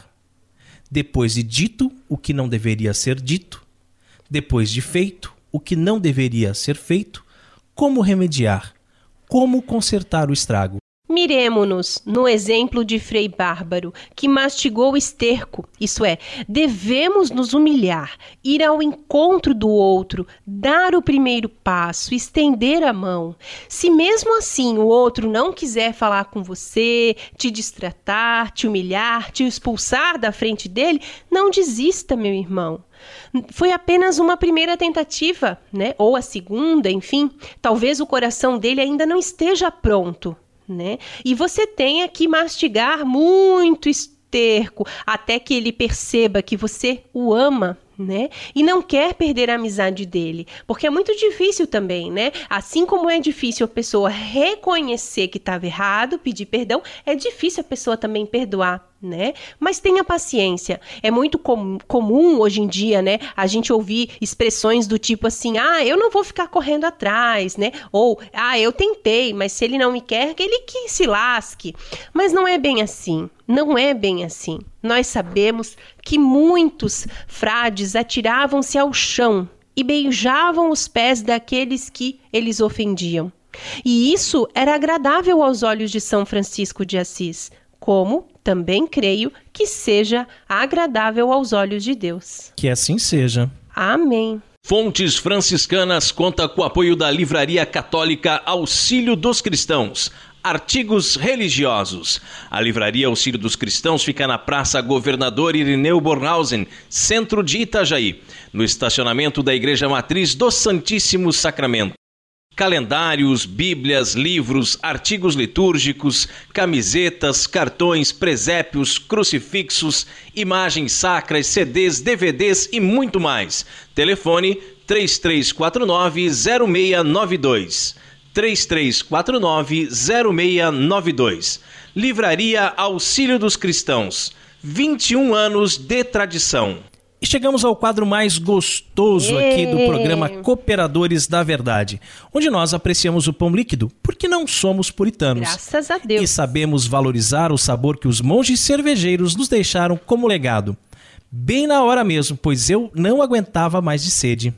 Depois de dito o que não deveria ser dito, depois de feito o que não deveria ser feito, como remediar? Como consertar o estrago? Miremo-nos no exemplo de Frei Bárbaro, que mastigou o esterco, isso é, devemos nos humilhar, ir ao encontro do outro, dar o primeiro passo, estender a mão. Se mesmo assim o outro não quiser falar com você, te destratar, te humilhar, te expulsar da frente dele, não desista, meu irmão. Foi apenas uma primeira tentativa, né? Ou a segunda, enfim. Talvez o coração dele ainda não esteja pronto, né? E você tenha que mastigar muito esterco até que ele perceba que você o ama, né? E não quer perder a amizade dele, porque é muito difícil também, né? Assim como é difícil a pessoa reconhecer que estava errado, pedir perdão, é difícil a pessoa também perdoar, né? Mas tenha paciência. É muito com- comum hoje em dia, né? A gente ouvir expressões do tipo assim: ah, eu não vou ficar correndo atrás, né? Ou, ah, eu tentei, mas se ele não me quer, que ele que se lasque. Mas não é bem assim. Não é bem assim. Nós sabemos que muitos frades atiravam-se ao chão e beijavam os pés daqueles que eles ofendiam. E isso era agradável aos olhos de São Francisco de Assis, como também creio que seja agradável aos olhos de Deus. Que assim seja. Amém. Fontes Franciscanas conta com o apoio da Livraria Católica Auxílio dos Cristãos. Artigos religiosos. A Livraria Auxílio dos Cristãos fica na Praça Governador Irineu Bornhausen, centro de Itajaí, no estacionamento da Igreja Matriz do Santíssimo Sacramento. Calendários, bíblias, livros, artigos litúrgicos, camisetas, cartões, presépios, crucifixos, imagens sacras, C Ds, D V Ds e muito mais. Telefone três três quatro nove, zero seis nove dois. três três quatro nove, zero seis nove dois. Livraria Auxílio dos Cristãos. vinte e um anos de tradição. E chegamos ao quadro mais gostoso aqui do programa Cooperadores da Verdade, onde nós apreciamos o pão líquido, porque não somos puritanos. Graças a Deus. E sabemos valorizar o sabor que os monges cervejeiros nos deixaram como legado. Bem na hora mesmo, pois eu não aguentava mais de sede.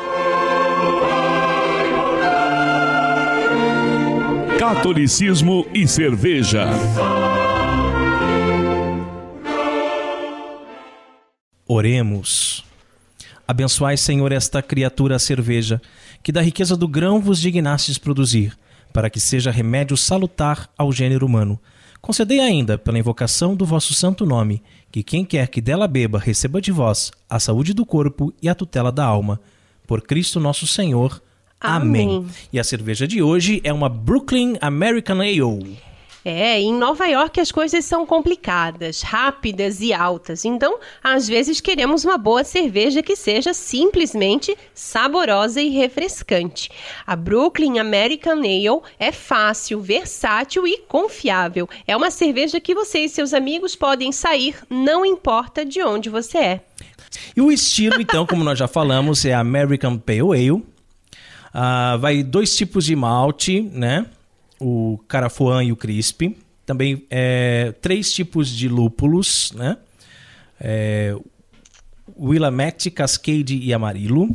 Catolicismo e cerveja. Oremos. Abençoai, Senhor, esta criatura a cerveja, que da riqueza do grão vos dignastes produzir, para que seja remédio salutar ao gênero humano. Concedei ainda, pela invocação do vosso santo nome, que quem quer que dela beba receba de vós a saúde do corpo e a tutela da alma. Por Cristo nosso Senhor. Amém. Amém. E a cerveja de hoje é uma Brooklyn American Ale. É, em Nova York as coisas são complicadas, rápidas e altas. Então, às vezes queremos uma boa cerveja que seja simplesmente saborosa e refrescante. A Brooklyn American Ale é fácil, versátil e confiável. É uma cerveja que você e seus amigos podem sair, não importa de onde você é. E o estilo, então, como nós já falamos, é American Pale Ale. Ah, vai dois tipos de malte, né? O Carafuã e o Crisp. Também é, três tipos de lúpulos, né? É, Willamette, Cascade e Amarillo.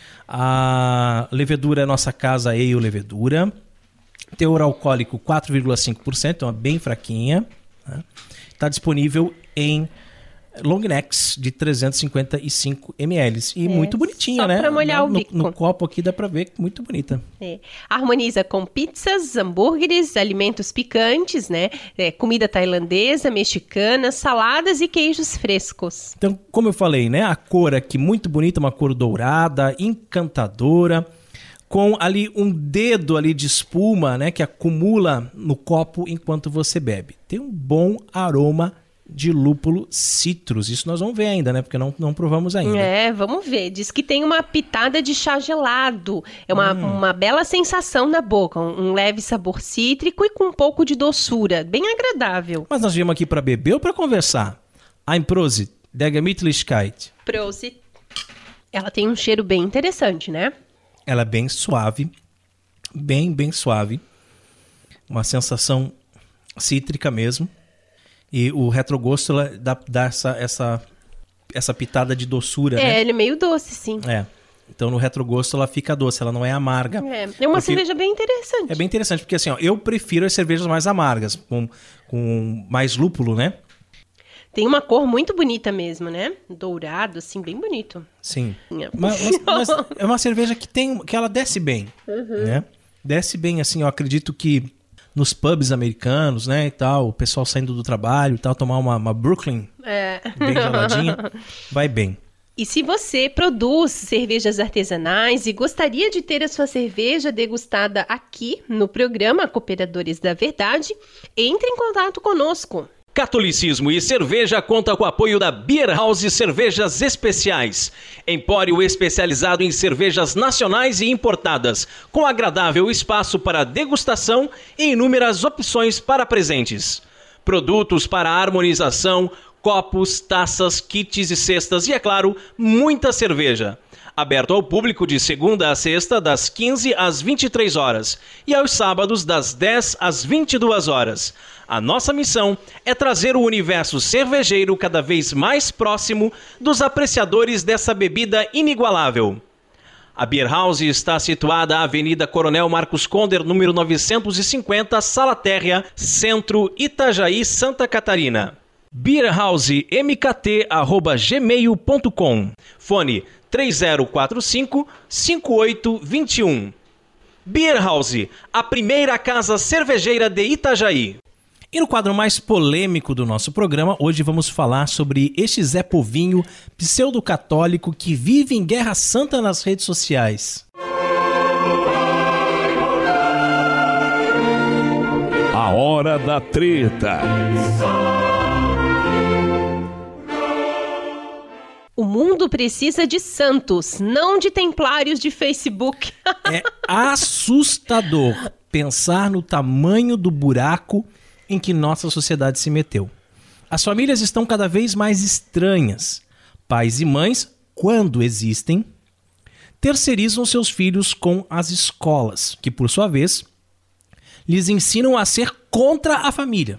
A levedura é nossa casa Ale levedura. Teor alcoólico quatro vírgula cinco por cento, então é bem fraquinha. Está, né? Disponível em long necks de trezentos e cinquenta e cinco mililitros. E é, muito bonitinha, só né? Para molhar no, o bico. No, no copo aqui dá para ver, muito bonita. É. Harmoniza com pizzas, hambúrgueres, alimentos picantes, né? É, comida tailandesa, mexicana, saladas e queijos frescos. Então, como eu falei, né? A cor aqui muito bonita, uma cor dourada, encantadora, com ali um dedo ali de espuma, né? Que acumula no copo enquanto você bebe. Tem um bom aroma de lúpulo citrus. Isso nós vamos ver ainda, né? Porque não, não provamos ainda. É, vamos ver. Diz que tem uma pitada de chá gelado. É uma, hum. uma bela sensação na boca. Um, um leve sabor cítrico e com um pouco de doçura. Bem agradável. Mas nós viemos aqui para beber ou para conversar? Ein Prosit, der Gemütlichkeit. Prosit. Ela tem um cheiro bem interessante, né? Ela é bem suave. Bem, bem suave. Uma sensação cítrica mesmo. E o retrogosto ela dá, dá essa, essa, essa pitada de doçura, é, né? É, ele é meio doce, sim. É. Então no retrogosto ela fica doce, ela não é amarga. É, é uma cerveja bem interessante. É bem interessante, porque assim, ó, eu prefiro as cervejas mais amargas, com, com mais lúpulo, né? Tem uma cor muito bonita mesmo, né? Dourado, assim, bem bonito. Sim. Mas, mas, mas é uma cerveja que, tem, que ela desce bem, uhum. né? Desce bem, assim, eu acredito que nos pubs americanos, né, e tal, o pessoal saindo do trabalho e tal, tomar uma, uma Brooklyn é. bem geladinha, vai bem. E se você produz cervejas artesanais e gostaria de ter a sua cerveja degustada aqui no programa Cooperadores da Verdade, entre em contato conosco. Catolicismo e Cerveja conta com o apoio da Beer House Cervejas Especiais, empório especializado em cervejas nacionais e importadas, com agradável espaço para degustação e inúmeras opções para presentes. Produtos para harmonização, copos, taças, kits e cestas e, é claro, muita cerveja. Aberto ao público de segunda a sexta, das quinze às vinte e três horas e aos sábados, das dez às vinte e duas horas. A nossa missão é trazer o universo cervejeiro cada vez mais próximo dos apreciadores dessa bebida inigualável. A Beer House está situada na Avenida Coronel Marcos Conder, número novecentos e cinquenta, Sala Térrea, Centro, Itajaí, Santa Catarina. beer house m k t arroba gmail ponto com. Fone três zero quatro cinco, cinco oito dois um. Beer House, a primeira casa cervejeira de Itajaí. E no quadro mais polêmico do nosso programa, hoje vamos falar sobre este Zé Povinho pseudo-católico que vive em guerra santa nas redes sociais. A hora da treta. O mundo precisa de santos, não de templários de Facebook. É assustador pensar no tamanho do buraco em que nossa sociedade se meteu. As famílias estão cada vez mais estranhas. Pais e mães, quando existem, terceirizam seus filhos com as escolas, que por sua vez lhes ensinam a ser contra a família.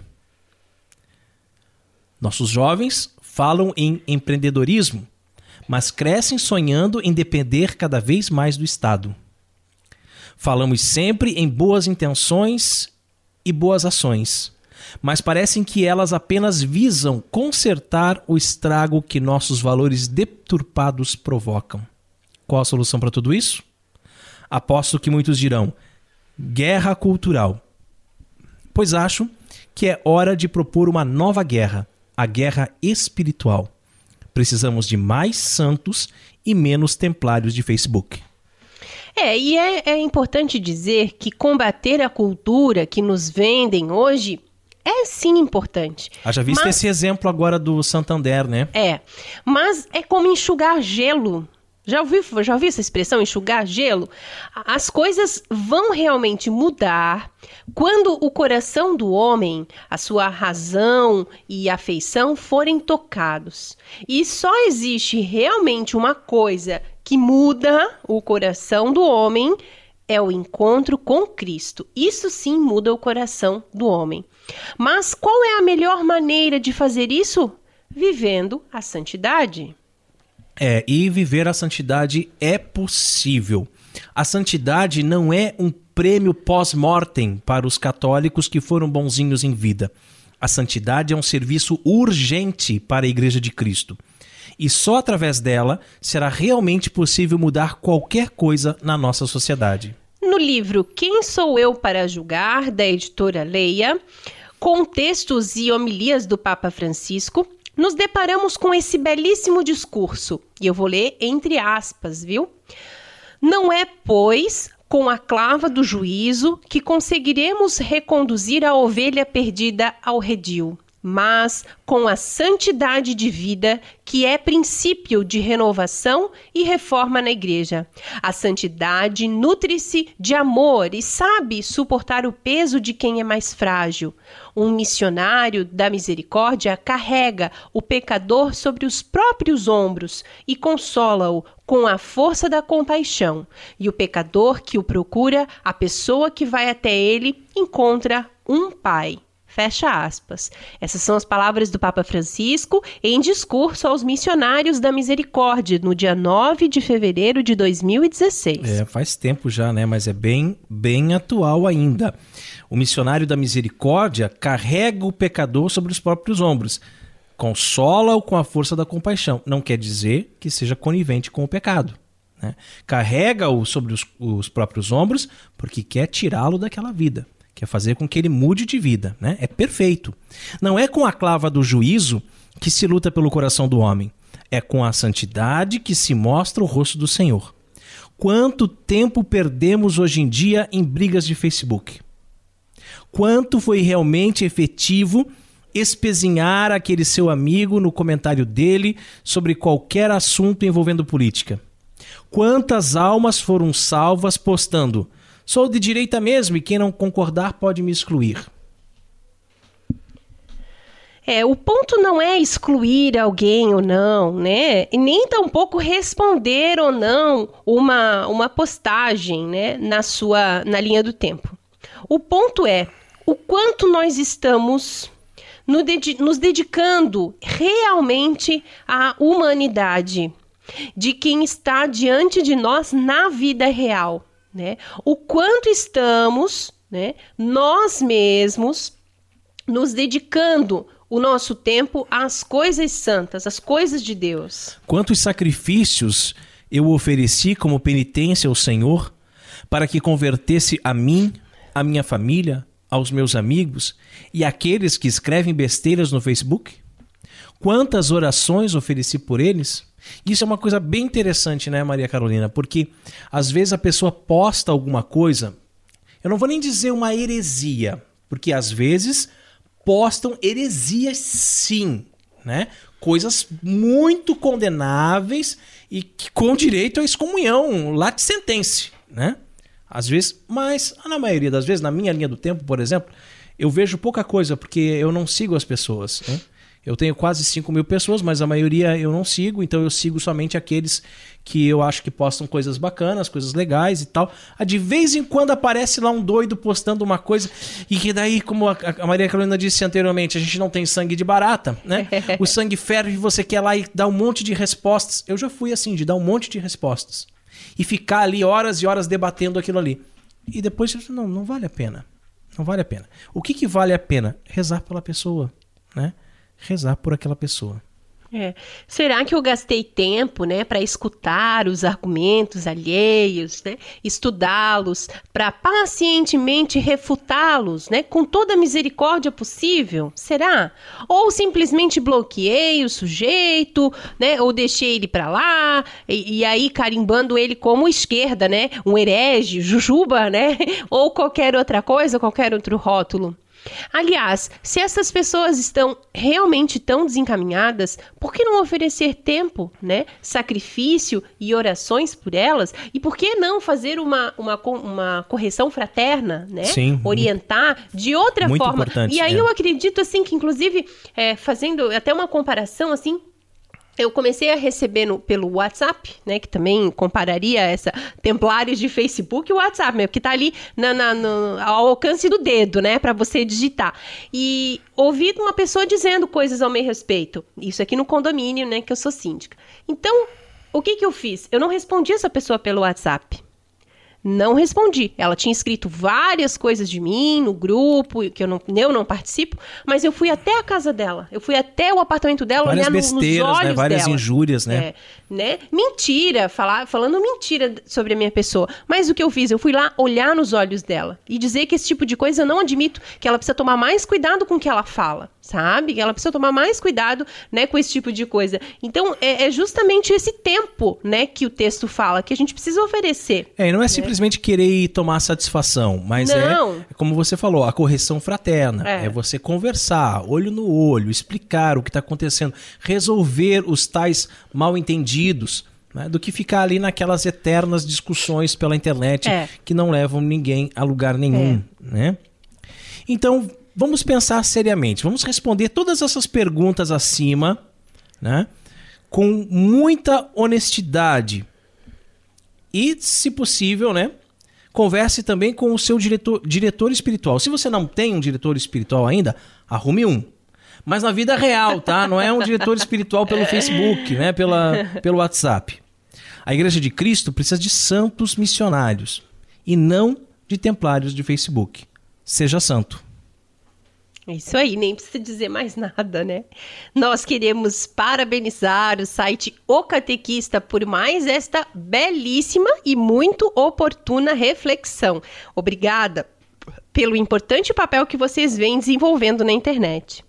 Nossos jovens falam em empreendedorismo, mas crescem sonhando em depender cada vez mais do Estado. Falamos sempre em boas intenções e boas ações, mas parecem que elas apenas visam consertar o estrago que nossos valores deturpados provocam. Qual a solução para tudo isso? Aposto que muitos dirão: guerra cultural. Pois acho que é hora de propor uma nova guerra, a guerra espiritual. Precisamos de mais santos e menos templários de Facebook. É, e é, é importante dizer que combater a cultura que nos vendem hoje é sim importante. Haja visto mas, esse exemplo agora do Santander, né? É, mas é como enxugar gelo. Já ouviu, já ouviu essa expressão, enxugar gelo? As coisas vão realmente mudar quando o coração do homem, a sua razão e afeição forem tocados. E só existe realmente uma coisa que muda o coração do homem, é o encontro com Cristo. Isso sim muda o coração do homem. Mas qual é a melhor maneira de fazer isso? Vivendo a santidade. É, e viver a santidade é possível. A santidade não é um prêmio pós-mortem para os católicos que foram bonzinhos em vida. A santidade é um serviço urgente para a Igreja de Cristo. E só através dela será realmente possível mudar qualquer coisa na nossa sociedade. No livro Quem Sou Eu para Julgar, da editora Leia, com textos e homilias do Papa Francisco, nos deparamos com esse belíssimo discurso. E eu vou ler entre aspas, viu? Não é, pois, com a clava do juízo que conseguiremos reconduzir a ovelha perdida ao redil, mas com a santidade de vida, que é princípio de renovação e reforma na igreja. A santidade nutre-se de amor e sabe suportar o peso de quem é mais frágil. Um missionário da misericórdia carrega o pecador sobre os próprios ombros e consola-o com a força da compaixão. E o pecador que o procura, a pessoa que vai até ele, encontra um pai. Fecha aspas. Essas são as palavras do Papa Francisco em discurso aos missionários da misericórdia, no dia nove de fevereiro de dois mil e dezesseis. É, faz tempo já, né? Mas é bem, bem atual ainda. O missionário da misericórdia carrega o pecador sobre os próprios ombros. Consola-o com a força da compaixão. Não quer dizer que seja conivente com o pecado, né? Carrega-o sobre os, os próprios ombros porque quer tirá-lo daquela vida. Quer fazer com que ele mude de vida, né? É perfeito. Não é com a clava do juízo que se luta pelo coração do homem. É com a santidade que se mostra o rosto do Senhor. Quanto tempo perdemos hoje em dia em brigas de Facebook? Quanto foi realmente efetivo espezinhar aquele seu amigo no comentário dele sobre qualquer assunto envolvendo política? Quantas almas foram salvas postando: sou de direita mesmo e quem não concordar pode me excluir? É, o ponto não é excluir alguém ou não, né? E nem tampouco responder ou não uma, uma postagem, né, na sua, na linha do tempo. O ponto é o quanto nós estamos no dedi- nos dedicando realmente à humanidade de quem está diante de nós na vida real. Né? O quanto estamos, né, nós mesmos nos dedicando o nosso tempo às coisas santas, às coisas de Deus. Quantos sacrifícios eu ofereci como penitência ao Senhor para que convertesse a mim, a minha família, aos meus amigos e àqueles que escrevem besteiras no Facebook? Quantas orações ofereci por eles? Isso é uma coisa bem interessante, né, Maria Carolina? Porque às vezes a pessoa posta alguma coisa, eu não vou nem dizer uma heresia, porque às vezes postam heresias sim, né? Coisas muito condenáveis e que, com direito à excomunhão, late sentença, né? Às vezes, mas na maioria das vezes, na minha linha do tempo, por exemplo, eu vejo pouca coisa, porque eu não sigo as pessoas, né? Eu tenho quase cinco mil pessoas, mas a maioria eu não sigo, então eu sigo somente aqueles que eu acho que postam coisas bacanas, coisas legais e tal. De vez em quando aparece lá um doido postando uma coisa, e que daí, como a Maria Carolina disse anteriormente, a gente não tem sangue de barata, né? O sangue ferve e você quer lá e dar um monte de respostas. Eu já fui assim, de dar um monte de respostas. E ficar ali horas e horas debatendo aquilo ali. E depois, não, não vale a pena. Não vale a pena. O que que vale a pena? Rezar pela pessoa, né? Rezar por aquela pessoa. É. Será que eu gastei tempo, né, para escutar os argumentos alheios, né, estudá-los, para pacientemente refutá-los, né, com toda a misericórdia possível? Será? Ou simplesmente bloqueei o sujeito, né, ou deixei ele para lá e, e aí carimbando ele como esquerda, né, um herege, jujuba, né, ou qualquer outra coisa, qualquer outro rótulo? Aliás, se essas pessoas estão realmente tão desencaminhadas, por que não oferecer tempo, né, sacrifício e orações por elas? E por que não fazer uma, uma, uma correção fraterna, né? Sim, orientar muito, de outra muito forma? Importante, e aí é. eu acredito assim que, inclusive, é, fazendo até uma comparação assim, eu comecei a receber no, pelo WhatsApp, né, que também compararia essa Templários de Facebook e o WhatsApp, né, que tá ali na, na, no, ao alcance do dedo, né, para você digitar. E ouvi uma pessoa dizendo coisas ao meu respeito. Isso aqui no condomínio, né, que eu sou síndica. Então, o que que eu fiz? Eu não respondi essa pessoa pelo WhatsApp. Não respondi. Ela tinha escrito várias coisas de mim no grupo, que eu não, eu não participo, mas eu fui até a casa dela. Eu fui até o apartamento dela, várias olhar no, nos besteiras, olhos né? Várias dela. injúrias, né? É, né? Mentira, falar, falando mentira sobre a minha pessoa. Mas o que eu fiz? Eu fui lá olhar nos olhos dela e dizer que esse tipo de coisa eu não admito, que ela precisa tomar mais cuidado com o que ela fala, sabe? Que ela precisa tomar mais cuidado, né, com esse tipo de coisa. Então, é, é justamente esse tempo, né, que o texto fala, que a gente precisa oferecer. É, e não é né? simplesmente querer tomar satisfação, mas Não. é, como você falou, a correção fraterna. É. É você conversar, olho no olho, explicar o que está acontecendo, resolver os tais mal-entendidos, né, do que ficar ali naquelas eternas discussões pela internet É. que não levam ninguém a lugar nenhum, né? Então, vamos pensar seriamente, vamos responder todas essas perguntas acima, né, com muita honestidade e, se possível, né, converse também com o seu diretor, diretor espiritual. Se você não tem um diretor espiritual ainda, arrume um. Mas na vida real, tá? Não é um diretor espiritual pelo Facebook, né? Pela, pelo WhatsApp. A Igreja de Cristo precisa de santos missionários e não de templários de Facebook. Seja santo. Isso aí, nem precisa dizer mais nada, né? Nós queremos parabenizar o site O Catequista por mais esta belíssima e muito oportuna reflexão. Obrigada pelo importante papel que vocês vêm desenvolvendo na internet.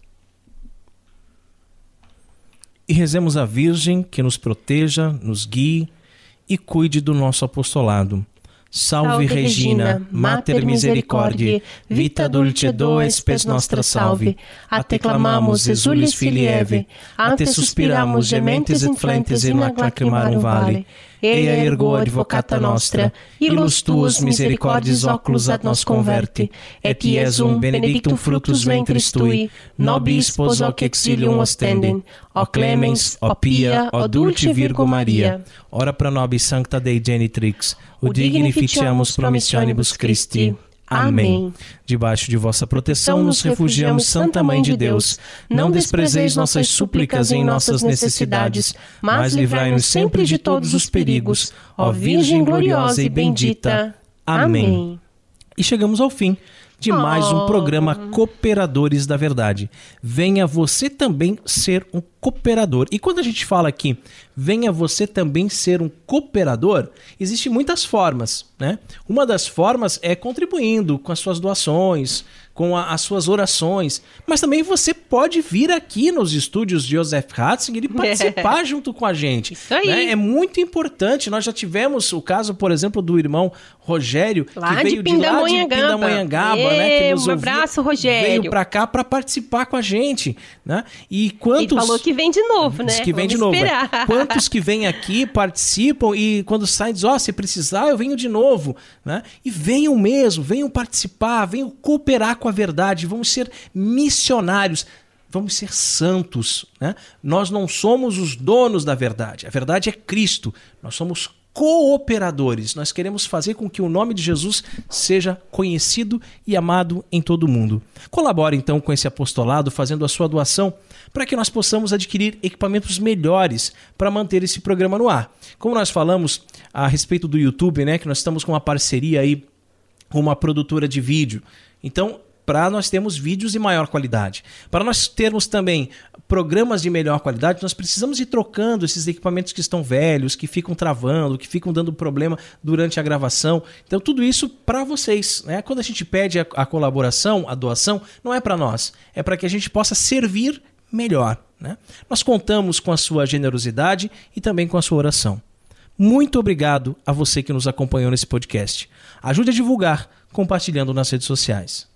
E rezemos a Virgem que nos proteja, nos guie e cuide do nosso apostolado. Salve, Salve Regina, Regina, Mater Misericordiae, vita dulce doe spes nostra salve. A te clamamos, exulis filii Eve, a te suspiramus, gementes et flentes in ac lacrimarum vale. Eia ergo advocata nostra, ilus tuus misericordis oculus ad nos converte, et iesum benedictum fructus ventris tui, nobis spos hoc exilium ostendem, o clemens, o pia, o dulce Virgo Maria. Ora pro nobis sancta Dei genitrix, o dignificiamus promissionibus Christi. Amém. Debaixo de vossa proteção nos refugiamos, Santa Mãe de Deus. Não desprezeis nossas súplicas em nossas necessidades, mas livrai-nos sempre de todos os perigos. Ó Virgem gloriosa e bendita. Amém. E chegamos ao fim de mais um programa Cooperadores da Verdade. Venha você também ser um cooperador. E quando a gente fala aqui, venha você também ser um cooperador, existem muitas formas, né? Uma das formas é contribuindo com as suas doações, com a, as suas orações, mas também você pode vir aqui nos estúdios de Joseph Ratzinger e participar é. junto com a gente. Isso aí. Né? É muito importante. Nós já tivemos o caso, por exemplo, do irmão Rogério, lá que veio de, de lá de Pindamonhangaba, né? Que nos um ouvia, abraço, Rogério. Veio para cá para participar com a gente, né? E quantos... Ele falou que vem de novo, né? Diz que vem Vamos de novo. esperar. É. Quantos que vêm aqui, participam e quando saem dizem, ó, oh, se precisar eu venho de novo, né? E venham mesmo, venham participar, venham cooperar com a verdade, vamos ser missionários, vamos ser santos, né? Nós não somos os donos da verdade, a verdade é Cristo, nós somos cooperadores, nós queremos fazer com que o nome de Jesus seja conhecido e amado em todo o mundo. Colabore então com esse apostolado, fazendo a sua doação, para que nós possamos adquirir equipamentos melhores para manter esse programa no ar. Como nós falamos a respeito do YouTube, né, que nós estamos com uma parceria aí com uma produtora de vídeo. Então, para nós termos vídeos de maior qualidade. Para nós termos também programas de melhor qualidade, nós precisamos ir trocando esses equipamentos que estão velhos, que ficam travando, que ficam dando problema durante a gravação. Então, tudo isso para vocês, né? Quando a gente pede a, a colaboração, a doação, não é para nós, é para que a gente possa servir melhor, né? Nós contamos com a sua generosidade e também com a sua oração. Muito obrigado a você que nos acompanhou nesse podcast. Ajude a divulgar, compartilhando nas redes sociais.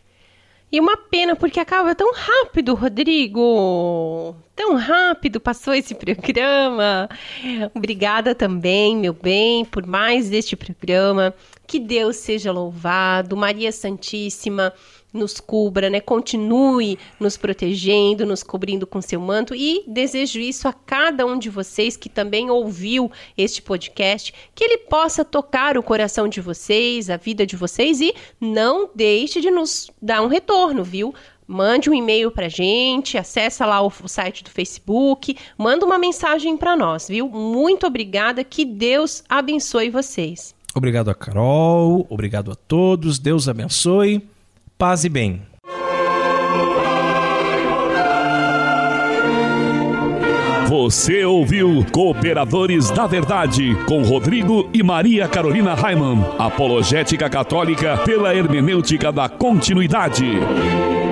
E uma pena, porque acaba tão rápido, Rodrigo. Tão rápido passou esse programa. Obrigada também, meu bem, por mais deste programa. Que Deus seja louvado, Maria Santíssima nos cubra, né? Continue nos protegendo, nos cobrindo com seu manto, e desejo isso a cada um de vocês que também ouviu este podcast, que ele possa tocar o coração de vocês, a vida de vocês, e não deixe de nos dar um retorno, viu? Mande um e-mail pra gente, acessa lá o, o site do Facebook, manda uma mensagem para nós, viu? Muito obrigada, que Deus abençoe vocês. Obrigado a Carol, obrigado a todos, Deus abençoe. Paz e bem. Você ouviu Cooperadores da Verdade, com Rodrigo e Maria Carolina Raimann. Apologética católica pela hermenêutica da continuidade.